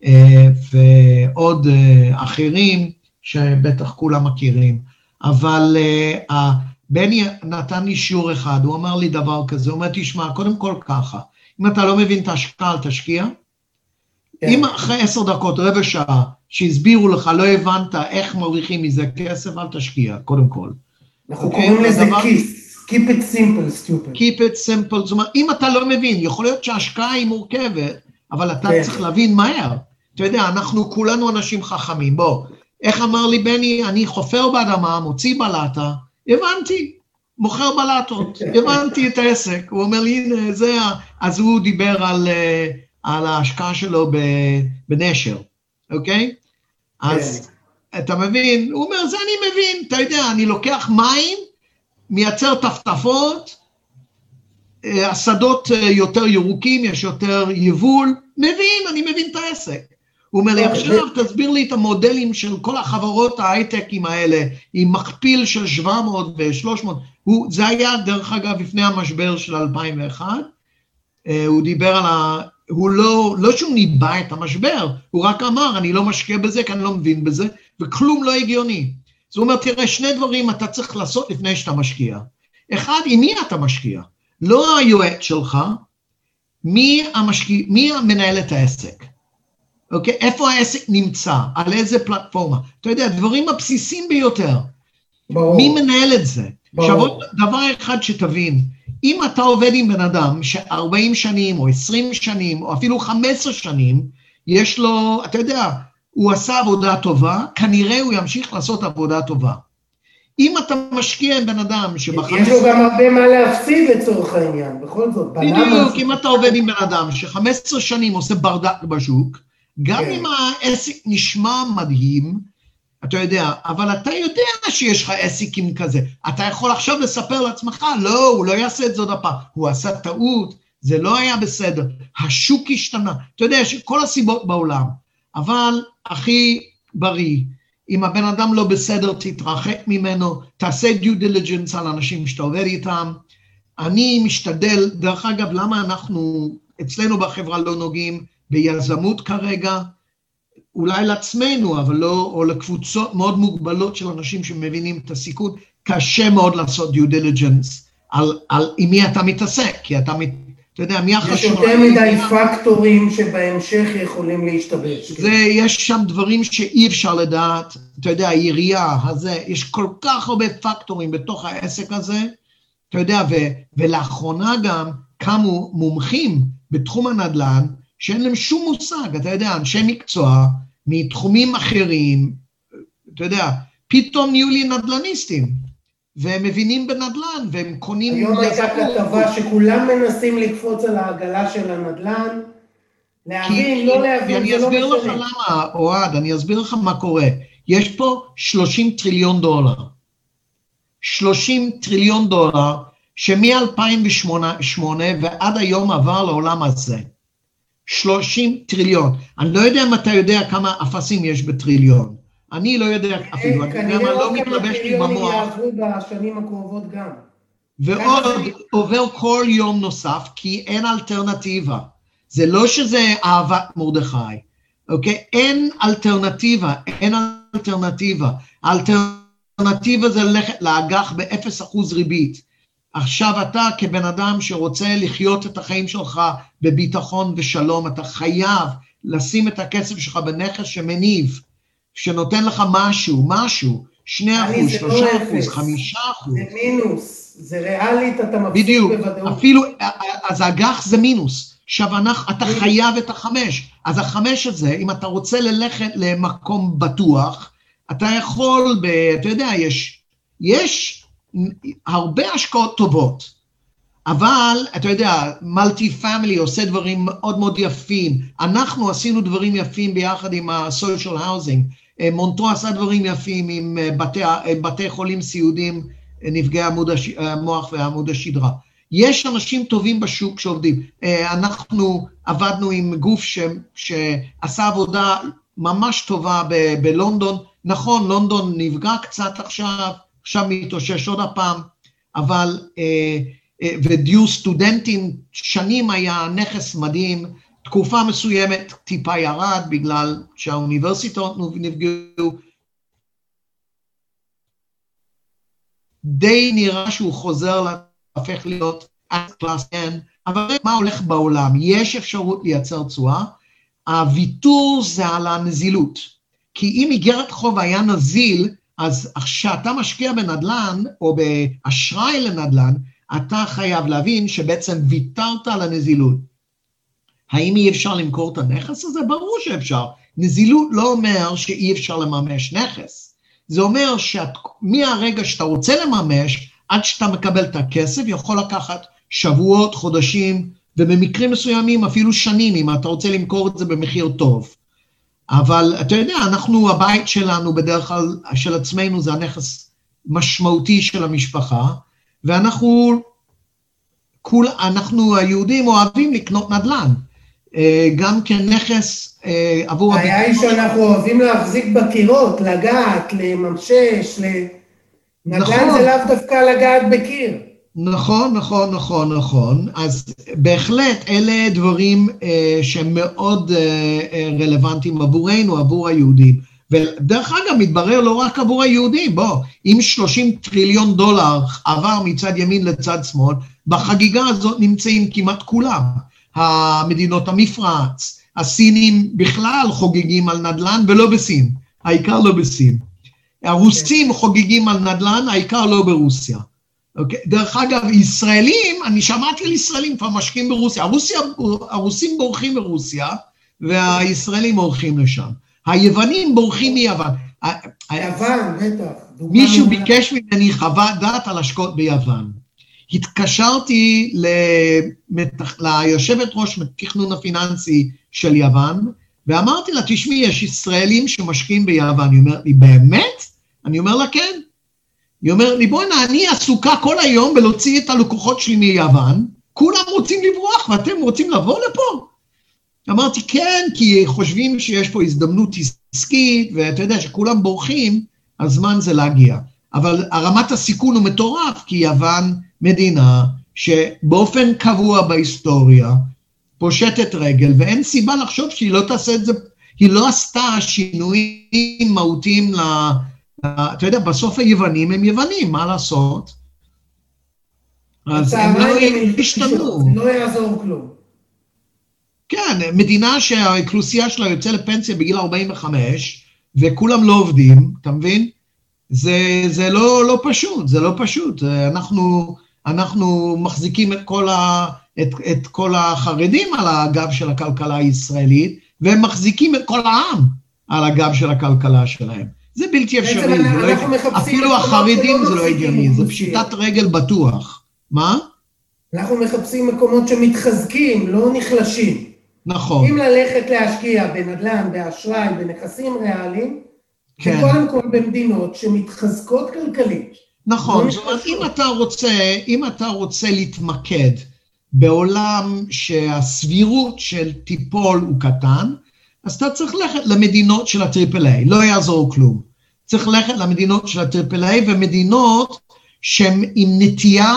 ועוד אחרים שבטח כולם מכירים, אבל בני נתן לי שיעור אחד, הוא אמר לי דבר כזה, הוא אומר, תשמע, קודם כל ככה, אם אתה לא מבין את ההשקעה, אל תשקיע, אם אחרי 10 דקות, רבע שעה, שהסבירו לך, לא הבנת איך מרוויחים מזה כסף, אל תשקיע, קודם כל. אנחנו קוראים לזה KISS, Keep it simple, stupid. Keep it simple, זאת אומרת, אם אתה לא מבין, יכול להיות שההשקעה היא מורכבת, אבל אתה צריך להבין מהר. אתה יודע, אנחנו כולנו אנשים חכמים, בוא, איך אמר לי בני, אני חופר באדמה, מוציא בלטה, הבנתי, מוכר בלטות, הבנתי את העסק, הוא אומר לי, הנה, זה, אז הוא דיבר על ההשקעה שלו בנשר, אוקיי? אז אתה מבין, הוא אומר, זה אני מבין, אתה יודע, אני לוקח מים, מייצר טפטפות, השדות יותר ירוקים, יש יותר יבול, אני מבין את העסק. הוא אומר לי, עכשיו תסביר לי את המודלים של כל החברות ההייטקים האלה, עם מכפיל של 700 ו-300, זה היה דרך אגב לפני המשבר של 2001, הוא דיבר על הוא לא שהוא ניבא את המשבר, הוא רק אמר, אני לא משקיע בזה, כי אני לא מבין בזה, וכלום לא הגיוני. זאת אומרת, תראה, 2 דברים אתה צריך לעשות לפני שאתה משקיע. אחד, עם מי אתה משקיע? לא היועץ שלך, מי המנהל את העסק? אוקיי? איפה העסק נמצא? על איזה פלטפורמה? אתה יודע, דברים הבסיסיים ביותר. ברור. מי מנהל את זה? ברור. עכשיו, דבר אחד שתבין, אם אתה עובד עם בן אדם ש40 שנים או 20 שנים או אפילו 15 שנים, יש לו, אתה יודע, הוא עשה עבודה טובה, כנראה הוא ימשיך לעשות עבודה טובה. אם אתה משקיע עם בן אדם יש לו גם הרבה מה להפסיד לצורך העניין, בכל זאת. בדיוק, אם אתה עובד עם בן אדם ש15 שנים עושה ברדק בשוק, גם אם העסק נשמע מדהים, אתה יודע, אבל אתה יודע שיש לך עסקים כזה, אתה יכול עכשיו לספר לעצמך, לא, הוא לא יעשה את זה עוד הפעם, הוא עשה טעות, זה לא היה בסדר, השוק השתנה, אתה יודע, יש כל הסיבות בעולם, אבל הכי בריא, אם הבן אדם לא בסדר, תתרחק ממנו, תעשה due diligence על אנשים שאתה עובד איתם, אני משתדל, דרך אגב, למה אנחנו אצלנו בחברה לא נוגעים ביזמות כרגע, אולי לעצמנו, אבל לא, או לקבוצות מאוד מוגבלות של אנשים שמבינים את הסיכון, קשה מאוד לעשות due diligence על עם מי אתה מתעסק, כי אתה יודע, מי החשוב. יש יותר מדי פקטורים שבהמשך יכולים להשתבש. יש שם דברים שאי אפשר לדעת, אתה יודע, העירייה הזה, יש כל כך הרבה פקטורים בתוך העסק הזה, אתה יודע, ולאחרונה גם קמו מומחים בתחום הנדל"ן, שאין להם שום מושג, אתה יודע, אנשי מקצוע, מתחומים אחרים, אתה יודע, פתאום נהיו לי נדל"ניסטים. והם מבינים בנדל"ן, והם קונים... היום הייתה כתבה שכולם מנסים לקפוץ על העגלה של הנדל"ן, להבין, לא להבין, אני אסביר לך למה, אוהד, אני אסביר לך מה קורה. יש פה 30 טריליון דולר. 30 טריליון דולר, שמ-2008 ועד היום עבר לעולם הזה. 30 טריליון. אני לא יודע אם אתה יודע כמה אפסים יש בטריליון. אני לא יודע אפילו, אני יודע מה לא מתלבש לי במוח. כנראה עוד כמה טריליונים יעברו בשנים הקרובות גם. ועוד עובר כל יום נוסף, כי אין אלטרנטיבה. זה לא שזה אהבת מרדכי, אוקיי? אין אלטרנטיבה, אין אלטרנטיבה. האלטרנטיבה זה ללכת לאג"ח ב0% ריבית. עכשיו אתה כבן אדם שרוצה לחיות את החיים שלך בביטחון ושלום, אתה חייב לשים את הכסף שלך בנכס שמניב, שנותן לך משהו, 2%, 3%, 5%. זה מינוס, זה ריאלית, אתה מפסיד בוודאות. אפילו, אז האג"ח זה מינוס. עכשיו אתה חייב את 5, אז 5 הזה, אם אתה רוצה ללכת למקום בטוח, אתה יכול, אתה יודע, יש הרבה השקעות טובות, אבל אתה יודע, מולטי פמילי עושה דברים מאוד מאוד יפים, אנחנו עשינו דברים יפים ביחד עם ה-social housing, מונטרו עשה דברים יפים עם בתי חולים סיעודים, נפגעי המוח ועמוד השדרה. יש אנשים טובים בשוק שעובדים. אנחנו עבדנו עם גוף שעשה עבודה ממש טובה בלונדון. נכון, לונדון נפגע קצת עכשיו מתאושש עוד הפעם, אבל ודיור סטודנטים שנים היה נכס מדהים, תקופה מסוימת טיפה ירד בגלל שהאוניברסיטאות נפגעו. די נראה שהוא חוזר הופך להיות קלאס N, אבל מה הולך בעולם? יש אפשרות לייצר תשואה, הוויתור זה על הנזילות, כי אם איגרת חוב היה נזיל, אז כשאתה משקיע בנדל"ן, או באשראי לנדל"ן, אתה חייב להבין שבעצם ויתרת על הנזילות. האם אי אפשר למכור את הנכס הזה? ברור שאפשר. נזילות לא אומר שאי אפשר לממש נכס, זה אומר שמהרגע שאתה רוצה לממש, עד שאתה מקבל את הכסף, יכול לקחת שבועות, חודשים, ובמקרים מסוימים אפילו שנים, אם אתה רוצה למכור את זה במחיר טוב. אבל אתה יודע, הבית שלנו בדרך כלל, של עצמנו, זה הנכס משמעותי של המשפחה, ואנחנו היהודים אוהבים לקנות נדל"ן, גם כנכס עבור... הבעיה היא שאנחנו אוהבים להחזיק בקירות, לגעת, לממשש, נדל"ן זה לאו דווקא לגעת בקיר. נכון. אז בהחלט אלה דברים שהם מאוד רלוונטיים עבורנו, עבור היהודים. ודרך אגב, מתברר לא רק עבור היהודים, אם 30 טריליון דולר עבר מצד ימין לצד שמאל, בחגיגה הזאת נמצאים כמעט כולם. המדינות המפרץ, הסינים בכלל חוגגים על נדל"ן ולא בסין, העיקר לא בסין. הרוסים חוגגים על נדל"ן, העיקר לא ברוסיה. אוקיי? דרך אגב, ישראלים, אני שמעתי על ישראלים כבר משקיעים ברוסיה, הרוסים בורחים ברוסיה, והישראלים בורחים לשם. היוונים בורחים מיוון. יוון, בטח. מישהו ביקש ממני חוות דעת על השקעות ביוון. התקשרתי ליושבת ראש תכנון הפיננסי של יוון, ואמרתי לה, תשמעי, יש ישראלים שמשקיעים ביוון. היא אומרת לי, באמת? אני אומר לה, כן. היא אומרת לי, בוא'נה, אני עסוקה כל היום בלהוציא את הלקוחות שלי מיוון, כולם רוצים לברוח ואתם רוצים לבוא לפה? אמרתי, כן, כי חושבים שיש פה הזדמנות עסקית, ואתה יודע שכולם בורחים, הזמן זה להגיע. אבל הרמת הסיכון הוא מטורף, כי יוון מדינה שבאופן קבוע בהיסטוריה, פושטת רגל, ואין סיבה לחשוב שהיא לא תעשה את זה, היא לא עשתה שינויים מהותיים אתה יודע, בסוף היוונים הם יוונים, מה לעשות? אז הם לא השתנו. לא יעזור כלום. כן, מדינה שהאוכלוסייה שלה יוצא לפנסיה בגיל 45, וכולם לא עובדים, אתה מבין? זה לא פשוט, זה לא פשוט. אנחנו מחזיקים את כל החרדים על הגב של הכלכלה הישראלית, והם מחזיקים את כל העם על הגב של הכלכלה שלהם. זה בלתי אפשרי, אפילו החרדים זה לא הגיוני, זה פשיטת רגל בטוח. מה? אנחנו מחפשים מקומות שמתחזקים, לא נחלשים. נכון. אם ללכת להשקיע בנדל"ן, באשראי, בנכסים ריאליים, כן. וקודם כל במדינות שמתחזקות כלכלית. נכון, זאת אומרת, אם אתה רוצה להתמקד בעולם שהסבירות של טיפול הוא קטן, אז אתה צריך ללכת למדינות של הטריפל-איי, לא יעזור כלום. צריך ללכת למדינות של הטריפל-איי, ומדינות שהן עם נטייה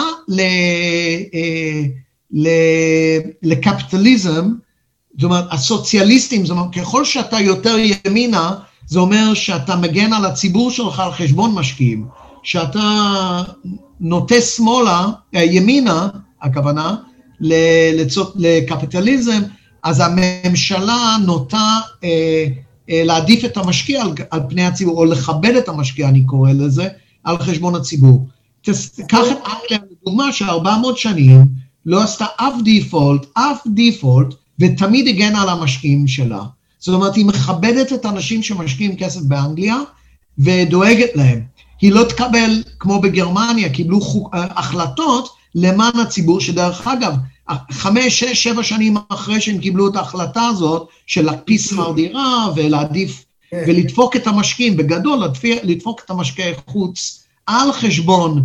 לקפיטליזם, זאת אומרת, הסוציאליסטים, זאת אומרת, ככל שאתה יותר ימינה, זה אומר שאתה מגן על הציבור שלך על חשבון משקיעים. שאתה נוטה שמאלה, ימינה, הכוונה, לקפיטליזם, אז הממשלה נוטה להעדיף את המשקיע על פני הציבור, או לכבד את המשקיע, אני קורא לזה, על חשבון הציבור. קח את אנגליה, לדוגמה, ש400 שנים לא עשתה אף דיפולט, ותמיד הגנה על המשקיעים שלה. זאת אומרת, היא מכבדת את האנשים שמשקיעים כסף באנגליה, ודואגת להם. היא לא תקבל, כמו בגרמניה, קיבלו החלטות למען הציבור, שדרך אגב, 5, 6, 7 שנים אחרי שהם קיבלו את ההחלטה הזאת, של להקפיץ שכר דירה, ולהעדיף, ולדפוק את המשקיעים, בגדול, לדפוק את המשקיעי חוץ, על חשבון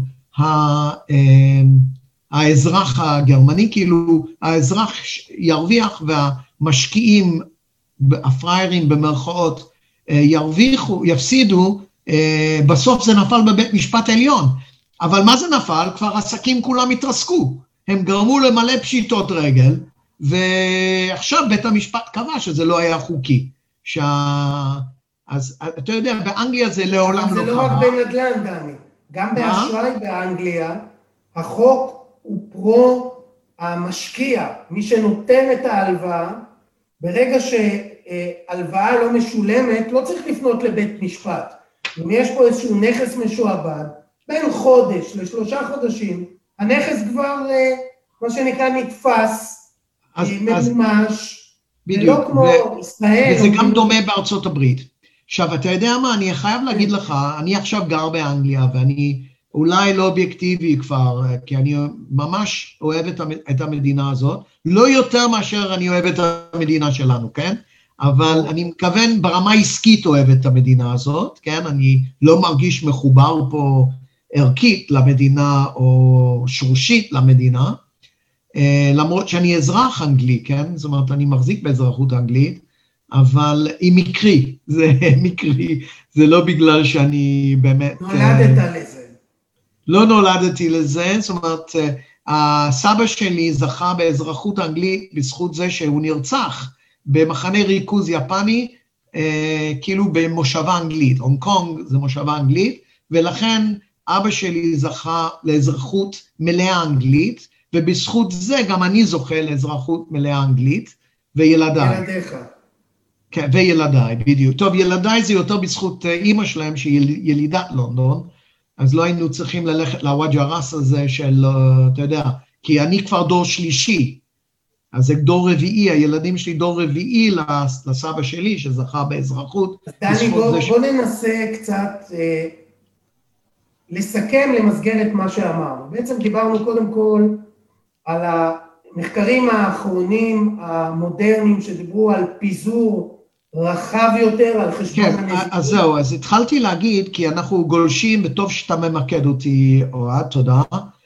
האזרח הגרמני, כאילו האזרח ירוויח, והמשקיעים, הפריירים במרכאות, יפסידו, בסוף זה נפל בבית משפט עליון, אבל מה זה נפל? כבר עסקים כולם התרסקו, הם גרמו למלא פשיטות רגל, ועכשיו בית המשפט קבע שזה לא היה חוקי, אז אתה יודע, באנגליה זה לעולם לא קרה. זה לא רק בנדל"ן, דני, גם באשראי באנגליה, החוק הוא פרו המשקיע, מי שנותן את ההלוואה, ברגע שהלוואה לא משולמת, לא צריך לפנות לבית משפט, אם יש פה איזשהו נכס משועבד, בין חודש ל3 חודשים, הנכס כבר, מה שנקרא, נתפס, ממומש, ולא כמו ישראל. וזה גם דומה בארצות הברית. עכשיו, אתה יודע מה, אני חייב להגיד לך, אני עכשיו גר באנגליה, ואני אולי לא אובייקטיבי כבר, כי אני ממש אוהב את המדינה הזאת, לא יותר מאשר אני אוהב את המדינה שלנו, כן? אבל אני מכוון ברמה עסקית אוהב את המדינה הזאת, כן? אני לא מרגיש מחובר פה ערכית למדינה או שורשית למדינה, למרות שאני אזרח אנגלי, כן? זאת אומרת, אני מחזיק באזרחות אנגלית, אבל היא מקרי, זה מקרי, זה לא בגלל שאני באמת... נולדת לזה. לא נולדתי לזה, זאת אומרת, הסבא שלי זכה באזרחות אנגלית בזכות זה שהוא נרצח, במחנה ריכוז יפני, כאילו במושבה אנגלית, הונג קונג זה מושבה אנגלית, ולכן אבא שלי זכה לאזרחות מלאה אנגלית, ובזכות זה גם אני זוכה לאזרחות מלאה אנגלית, וילדיי. ילדיך. כן, וילדיי, בדיוק. טוב, ילדיי זה יותר בזכות אמא שלהם, שהיא ילידת לונדון, אז לא היינו צריכים ללכת לוואג'רס הזה של, אתה יודע, כי אני כבר דור שלישי, אז זה דור רביעי, הילדים שלי דור רביעי לסבא שלי, שזכה באזרחות. דני, בוא ננסה קצת לסכם, למסגר את מה שאמרנו. בעצם דיברנו קודם כל על המחקרים האחרונים, המודרניים, שדיברו על פיזור רחב יותר, על חשבון הנזקים. כן, אז זהו, אז התחלתי להגיד, כי אנחנו גולשים, וטוב שאתה ממקד אותי, אוהד, תודה.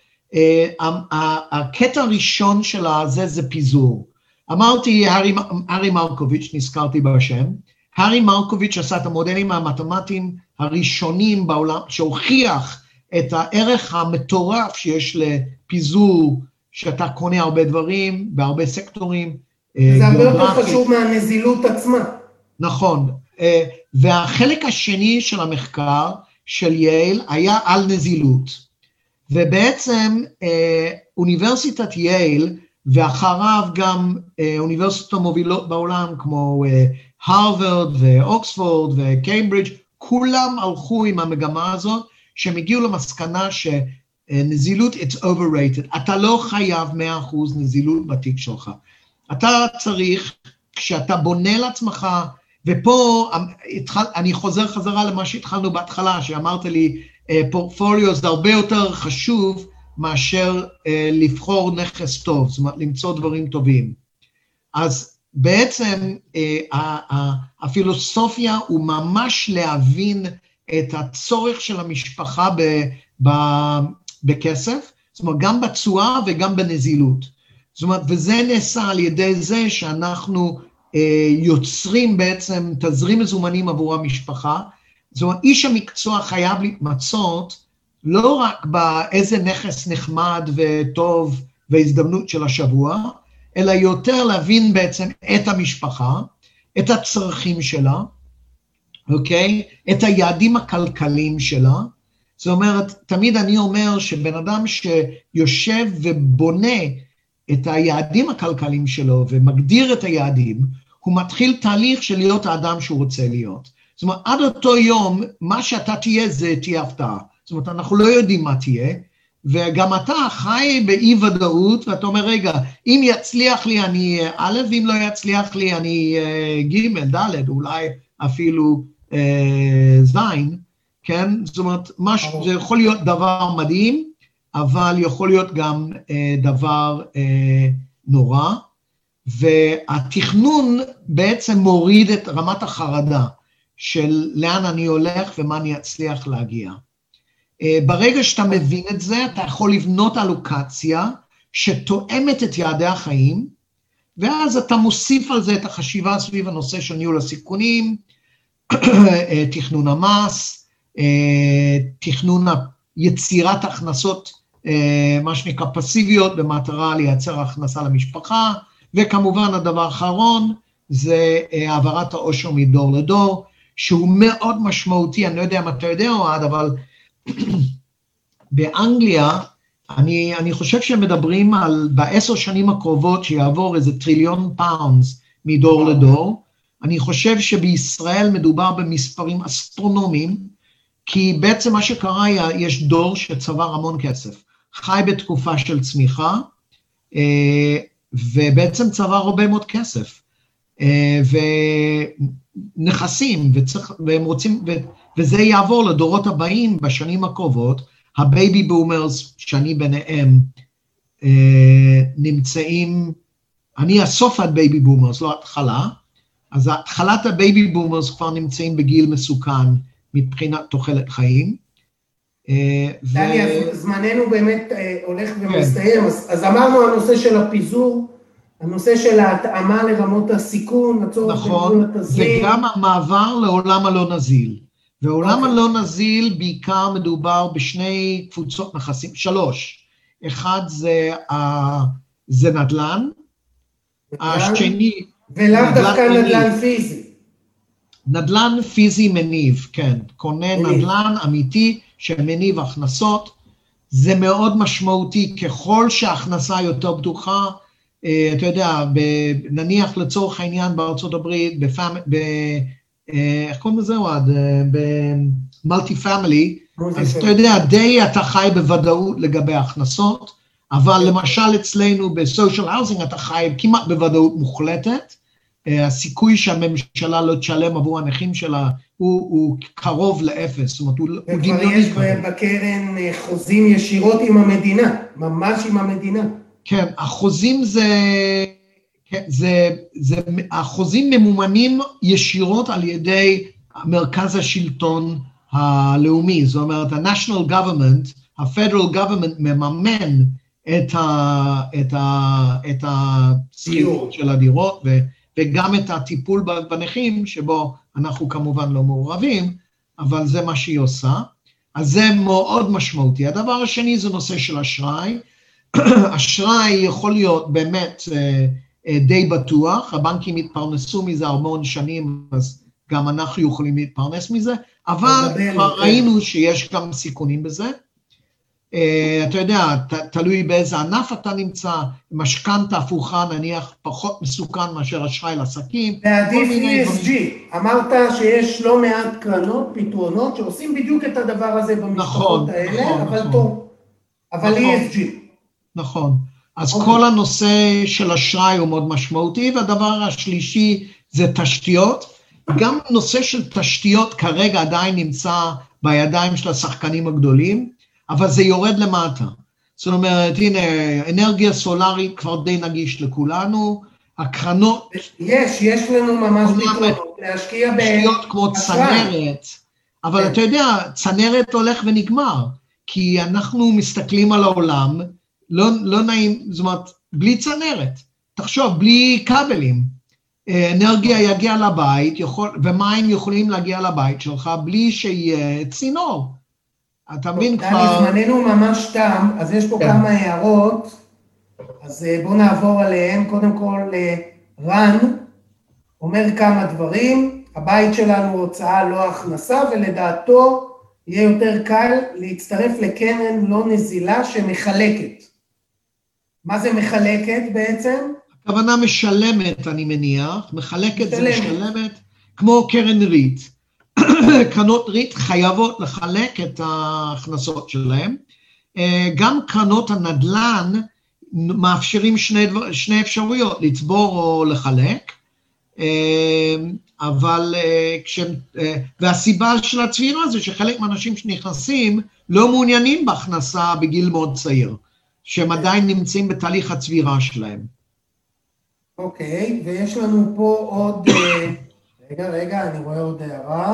הקטע הראשון שלה זה פיזור. אמרתי, הארי מרקוביץ', נזכרתי בשם, הארי מרקוביץ' עשה את המודלים המתמטיים הראשונים בעולם, שהוכיח את הערך המטורף שיש לפיזור, שאתה קונה הרבה דברים, בהרבה סקטורים. זה הרבה יותר חשוב מהנזילות עצמה. נכון, והחלק השני של המחקר של יייל היה על נזילות. ובעצם אוניברסיטת יייל, ואחריו גם אוניברסיטות מובילות בעולם, כמו הרווארד ואוקספורד וקיימברידג', כולם הלכו עם המגמה הזאת, שהם הגיעו למסקנה שנזילות it's overrated, אתה לא חייב 100% נזילות בתיק שלך. אתה צריך, כשאתה בונה לעצמך ופה אני חוזר חזרה למה שהתחלנו בהתחלה, שאמרת לי, פורטפוליו זה הרבה יותר חשוב מאשר לבחור נכס טוב, זאת אומרת, למצוא דברים טובים. אז בעצם הפילוסופיה הוא ממש להבין את הצורך של המשפחה בכסף, זאת אומרת, גם בתשואה וגם בנזילות. זאת אומרת, וזה נעשה על ידי זה שאנחנו יוצרים בעצם תזרים מזומנים עבור המשפחה. זאת אומרת, איש המקצוע חייב להתמצות לא רק באיזה נכס נחמד וטוב והזדמנות של השבוע, אלא יותר להבין בעצם את המשפחה, את הצרכים שלה, אוקיי? את היעדים הכלכליים שלה. זאת אומרת, תמיד אני אומר שבן אדם שיושב ובונה את היעדים הכלכליים שלו ומגדיר את היעדים, הוא מתחיל תהליך של להיות האדם שהוא רוצה להיות. זאת אומרת, עד אותו יום, מה שאתה תהיה זה תהיה הפתעה. זאת אומרת, אנחנו לא יודעים מה תהיה, וגם אתה חי באי ודאות, ואתה אומר, רגע, אם יצליח לי אני א', ואם לא יצליח לי אני ג', ד', אולי אפילו ז', כן? זאת אומרת, זה יכול להיות דבר מדהים, אבל יכול להיות גם דבר נורא, והתכנון בעצם מוריד את רמת החרדה של לאן אני הולך ומה אני אצליח להגיע. ברגע שאתה מבין את זה, אתה יכול לבנות אלוקציה שתואמת את יעדי החיים, ואז אתה מוסיף על זה את החשיבה סביב הנושא של ניהול הסיכונים, תכנון המס, תכנון יצירת הכנסות, מה שנקרא פסיביות, במטרה לייצר הכנסה למשפחה, וכמובן הדבר האחרון, זה העברת העושר מדור לדור, שהוא מאוד משמעותי, אני לא יודע אם אתה יודע או עד, אבל באנגליה, אני חושב שהם מדברים על, ב10 שנים הקרובות, שיעבור איזה $1 טריליון מדור לדור, אני חושב שבישראל מדובר במספרים אסטרונומיים, כי בעצם מה שקרה, יש דור שצבר המון כסף, חי בתקופה של צמיחה, ובעצם צבר הרבה מאוד כסף, ונכסים, והם רוצים, וזה יעבור לדורות הבאים בשנים הקרובות, הבייבי בומרס שאני ביניהם נמצאים, אני הסוף עד בייבי בומרס, לא התחלה, אז התחלת הבייבי בומרס כבר נמצאים בגיל מסוכן מבחינת תוחלת חיים. דני, זמננו באמת הולך ומסתיים, אז אמרנו הנושא של הפיזור, הנושא של ההתאמה לרמות הסיכון, הצורך בגבול התזרים. וגם המעבר לעולם הלא נזיל. ועולם הלא נזיל בעיקר מדובר בשני קבוצות נכסים, 3. אחד זה נדל"ן, השני... ולאו דווקא נדל"ן פיזי. נדל"ן פיזי מניב, כן. קונה נדל"ן אמיתי שמניב הכנסות, זה מאוד משמעותי, ככל שההכנסה יותר בטוחה, אתה יודע, נניח לצורך העניין בארצות הברית, איך קוראים לזה עוד? במולטי פמילי, אז אתה יודע, די אתה חי בוודאות לגבי ההכנסות, אבל למשל אצלנו בסושיאל האוזינג אתה חי כמעט בוודאות מוחלטת, הסיכוי שהממשלה לא תשלם עבור הנכים שלה הוא קרוב לאפס, זאת אומרת, הוא וכבר יש בקרן חוזים ישירות עם המדינה, ממש עם המדינה. כן, החוזים החוזים ממומנים ישירות על ידי מרכז השלטון הלאומי, זאת אומרת, ה-National Government, ה-Federal Government מממן את השכירות של הדירות, וגם את הטיפול בנכים, שבו אנחנו כמובן לא מעורבים, אבל זה מה שהיא עושה, אז זה מאוד משמעותי. הדבר השני זה נושא של אשראי, אשראי יכול להיות באמת די בטוח, הבנקים התפרנסו מזה המון שנים, אז גם אנחנו יכולים להתפרנס מזה, אבל כבר ראינו שיש גם סיכונים בזה, אתה יודע, תלוי באיזה ענף אתה נמצא, משכנתא הפוכה נניח פחות מסוכן מאשר אשראי לעסקים. ועדיף ESG, אמרת שיש לא מעט קרנות, פתרונות, שעושים בדיוק את הדבר הזה במשפחות האלה, אבל טוב, אבל ESG. נכון, אז כל הנושא של אשראי הוא מאוד משמעותי, והדבר השלישי זה תשתיות, גם נושא של תשתיות כרגע עדיין נמצא בידיים של השחקנים הגדולים, אבל זה יורד למטה. זאת אומרת, הנה, אנרגיה סולארית כבר די נגיש לכולנו, הקרנות... יש לנו ממש פתרונות, להשקיע תשתיות כמו צנרת, אבל אתה יודע, צנרת הולך ונגמר, כי אנחנו מסתכלים על העולם, לא נעים, זאת אומרת, בלי צנרת, תחשוב, בלי כבלים, אנרגיה יגיע לבית, ומים יכולים להגיע לבית שלך, בלי שיהיה צינור. אתה מבין כבר... זמננו ממש תם, אז יש פה כמה הערות, אז בואו נעבור עליהם. קודם כל, רן אומר כמה דברים, הבית שלנו הוצאה לא הכנסה, ולדעתו יהיה יותר קל להצטרף לקרן לא נזילה שמחלקת. מה זה מחלקת בעצם? הכוונה משלמת, אני מניח, מחלקת זה משלמת, כמו קרן ריט. קרנות ריט חייבות לחלק את ההכנסות שלהם, גם קרנות הנדל"ן מאפשרים שני אפשרויות, לצבור או לחלק, אבל והסיבה של הצבירה זה שחלק מהאנשים שנכנסים לא מעוניינים בהכנסה בגיל מאוד צעיר, שהם עדיין נמצאים בתהליך הצבירה שלהם. אוקיי, ויש לנו פה עוד, רגע, אני רואה עוד הערה.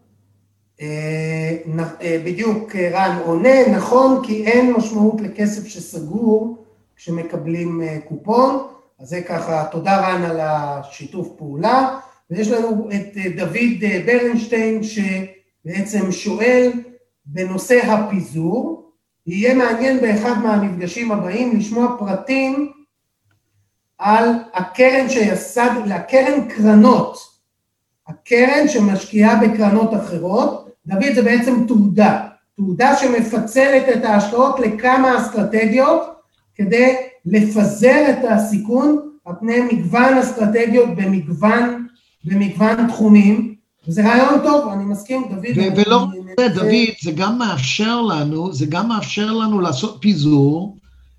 בדיוק רן עונה, נכון, כי אין משמעות לכסף שסגור כשמקבלים קופון, אז זה ככה, תודה רן על השיתוף פעולה, ויש לנו את דוד ברנשטיין שבעצם שואל בנושא הפיזור, יהיה מעניין באחד מהמפגשים הבאים לשמוע פרטים על הקרן שיסד, לקרן קרנות, הקרן שמשקיעה בקרנות אחרות. דוד, זה בעצם תעודה שמפצלת את ההשקעות לכמה אסטרטגיות, כדי לפזר את הסיכון על פני מגוון אסטרטגיות במגוון תחומים, וזה רעיון טוב, אני מסכים, דוד. ולא, דוד, זה גם מאפשר לנו לעשות פיזור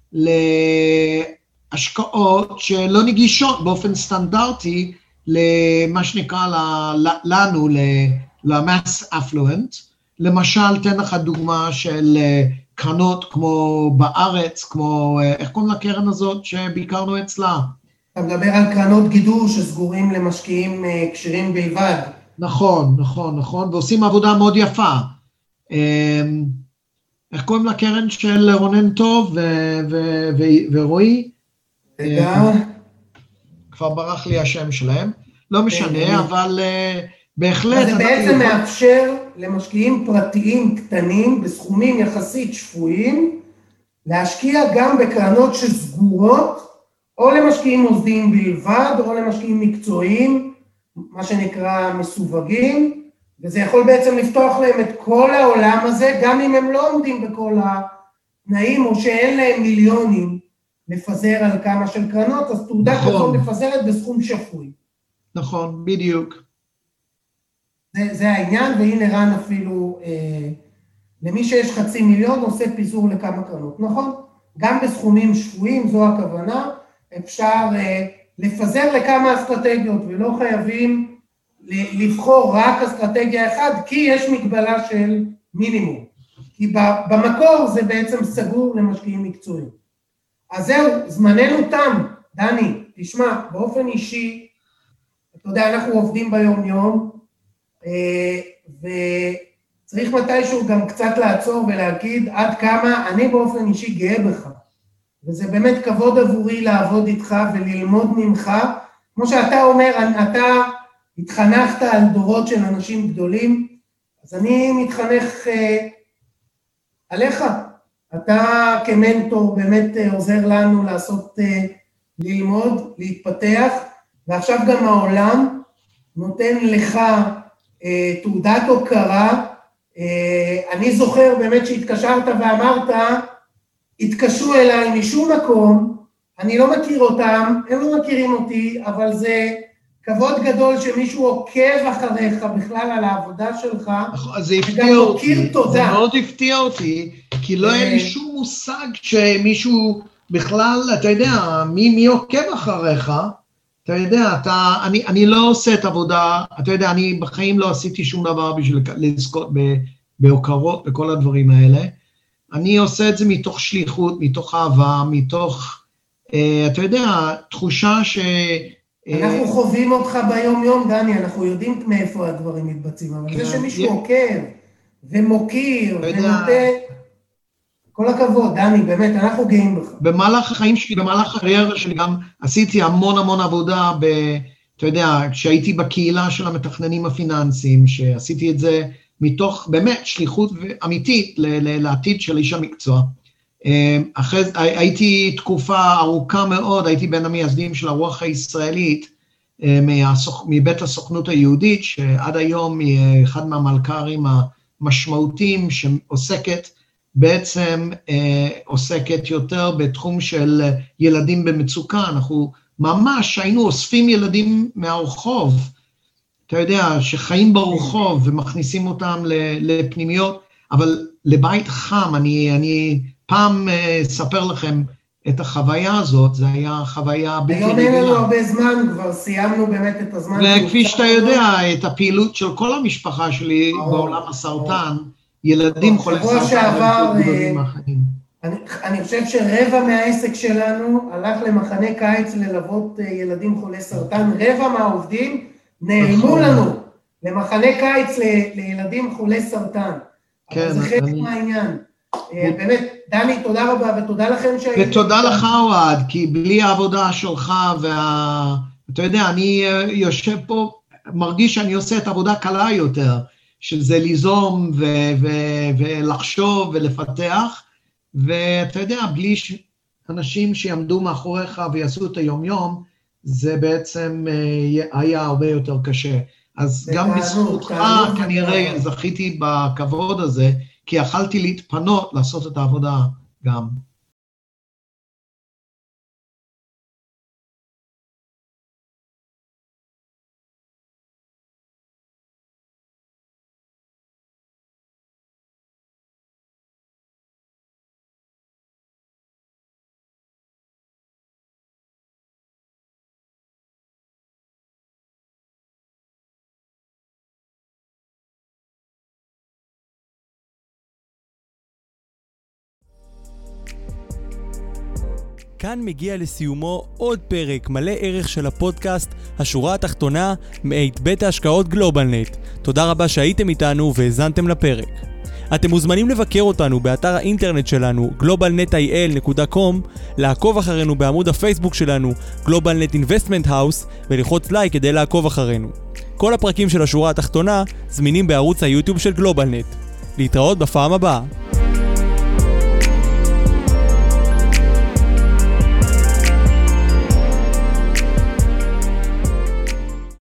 להשקעות שלא נגישות באופן סטנדרטי, למה שנקרא לנו, למאס אפלואנט, למשל, תן לך דוגמה של קרנות כמו בארץ, כמו, איך קוראים לקרן הזאת שביקרנו אצלה? אתה מדבר על קרנות גידור שסגורים למשקיעים קשירים בלבד. נכון, ועושים עבודה מאוד יפה. איך קוראים לקרן של רונן טוב ורועי? כבר ברח לי השם שלהם, לא משנה, אבל בהחלט... זה בעצם מאפשר למשקיעים פרטיים קטנים, בסכומים יחסית שפויים, להשקיע גם בקרנות שסגורות, או למשקיעים מוסדיים בלבד, או למשקיעים מקצועיים, מה שנקרא מסווגים, וזה יכול בעצם לפתוח להם את כל העולם הזה, גם אם הם לא עומדים בכל התנאים, או שאין להם מיליונים לפזר על כמה של קרנות, אז תעודה כזאת לפזרת בסכום שפוי. נכון, בדיוק. זה העניין, והנה רן אפילו, למי שיש 500,000 עושה פיזור לכמה קרנות, נכון? גם בסכומים שפויים, זו הכוונה, אפשר לפזר לכמה אסטרטגיות, ולא חייבים לבחור רק אסטרטגיה אחת, כי יש מגבלה של מינימום. כי במקור זה בעצם סגור למשקיעים מקצועיים. אז זהו, זמננו תם, דני, תשמע, באופן אישי, אתה יודע, אנחנו עובדים ביום יום, וצריך מתישהו גם קצת לעצור ולהגיד עד כמה אני באופן אישי גאה בך, וזה באמת כבוד עבורי לעבוד איתך וללמוד ממך, כמו שאתה אומר, אתה התחנכת על דורות של אנשים גדולים, אז אני מתחנך עליך, אתה כמנטור באמת עוזר לנו לעשות, ללמוד, להתפתח, ועכשיו גם העולם נותן לך תעודת הוקרה. אני זוכר באמת שהתקשרת ואמרת, התקשרו אליי משום מקום, אני לא מכיר אותם, הם לא מכירים אותי, אבל זה כבוד גדול שמישהו עוקב אחריך בכלל על העבודה שלך, זה הפתיע אותי, זה מאוד הפתיע אותי, כי לא היה לי שום מושג שמישהו בכלל, אתה יודע, מי עוקב אחריך, אתה יודע, אני לא עושה את עבודה, אתה יודע, אני בחיים לא עשיתי שום דבר בשביל לזכות בהוקרות וכל הדברים האלה. אני עושה את זה מתוך שליחות, מתוך אהבה, מתוך, אתה יודע, תחושה ש... אנחנו חווים אותך ביום יום, דני, אנחנו יודעים מאיפה הדברים מתבצעים, אבל זה שמישהו עוקב ומוקיר ונותן, כל הכבוד, דני, באמת, אנחנו גאים בך. במהלך החיים שלי, במהלך הקריירה שלי גם עשיתי המון עבודה, אתה יודע, כשהייתי בקהילה של המתכננים הפיננסיים, שעשיתי את זה מתוך באמת שליחות אמיתית לעתיד של איש המקצוע. הייתי תקופה ארוכה מאוד, הייתי בין המייסדים של הרוח הישראלית, מבית הסוכנות היהודית, שעד היום היא אחד מהמלכ"רים המשמעותיים שעוסקת, בעצם עוסקת יותר בתחום של ילדים במצוקה. אנחנו ממש היינו אוספים ילדים מהרחוב, אתה יודע, שחיים ברחוב ומכניסים אותם לפנימיות, אבל לבית חם. אני פעם אספר לכם את החוויה הזאת, זה היה חוויה בלתי רגילה. היום אין לנו הרבה זמן, כבר סיימנו באמת את הזמן. וכפי שאתה יודע, את הפעילות של כל המשפחה שלי בעולם הסרטן, ילדים חולי סרטן. אני חושב שרבע מהעסק שלנו הלך למחנה קיץ ללוות ילדים חולי סרטן, רבע מהעובדים נעלמו לנו למחנה קיץ לילדים חולי סרטן. אבל זה חלק מהעניין. באמת, דני, תודה רבה, ותודה לכם שהייתם. ותודה לך, אוהד, כי בלי העבודה שלך, אתה יודע, אני יושב פה, מרגיש שאני עושה את העבודה קלה יותר, שזה ליזום ולחשוב ולפתח, ואתה יודע, בלי אנשים שיעמדו מאחוריך ויעשו את היום-יום, זה בעצם היה הרבה יותר קשה. אז גם בזכותך כנראה זכיתי בכבוד הזה, כי יכלתי להתפנות לעשות את העבודה גם. כאן מגיע לסיומו עוד פרק מלא ערך של הפודקאסט השורה התחתונה מאת בית ההשקעות גלובלנט. תודה רבה שהייתם איתנו והזנתם לפרק. אתם מוזמנים לבקר אותנו באתר האינטרנט שלנו globalnetil.com, לעקוב אחרינו בעמוד הפייסבוק שלנו GlobalNet Investment House ולחוץ לייק כדי לעקוב אחרינו. כל הפרקים של השורה התחתונה זמינים בערוץ היוטיוב של גלובלנט. להתראות בפעם הבאה.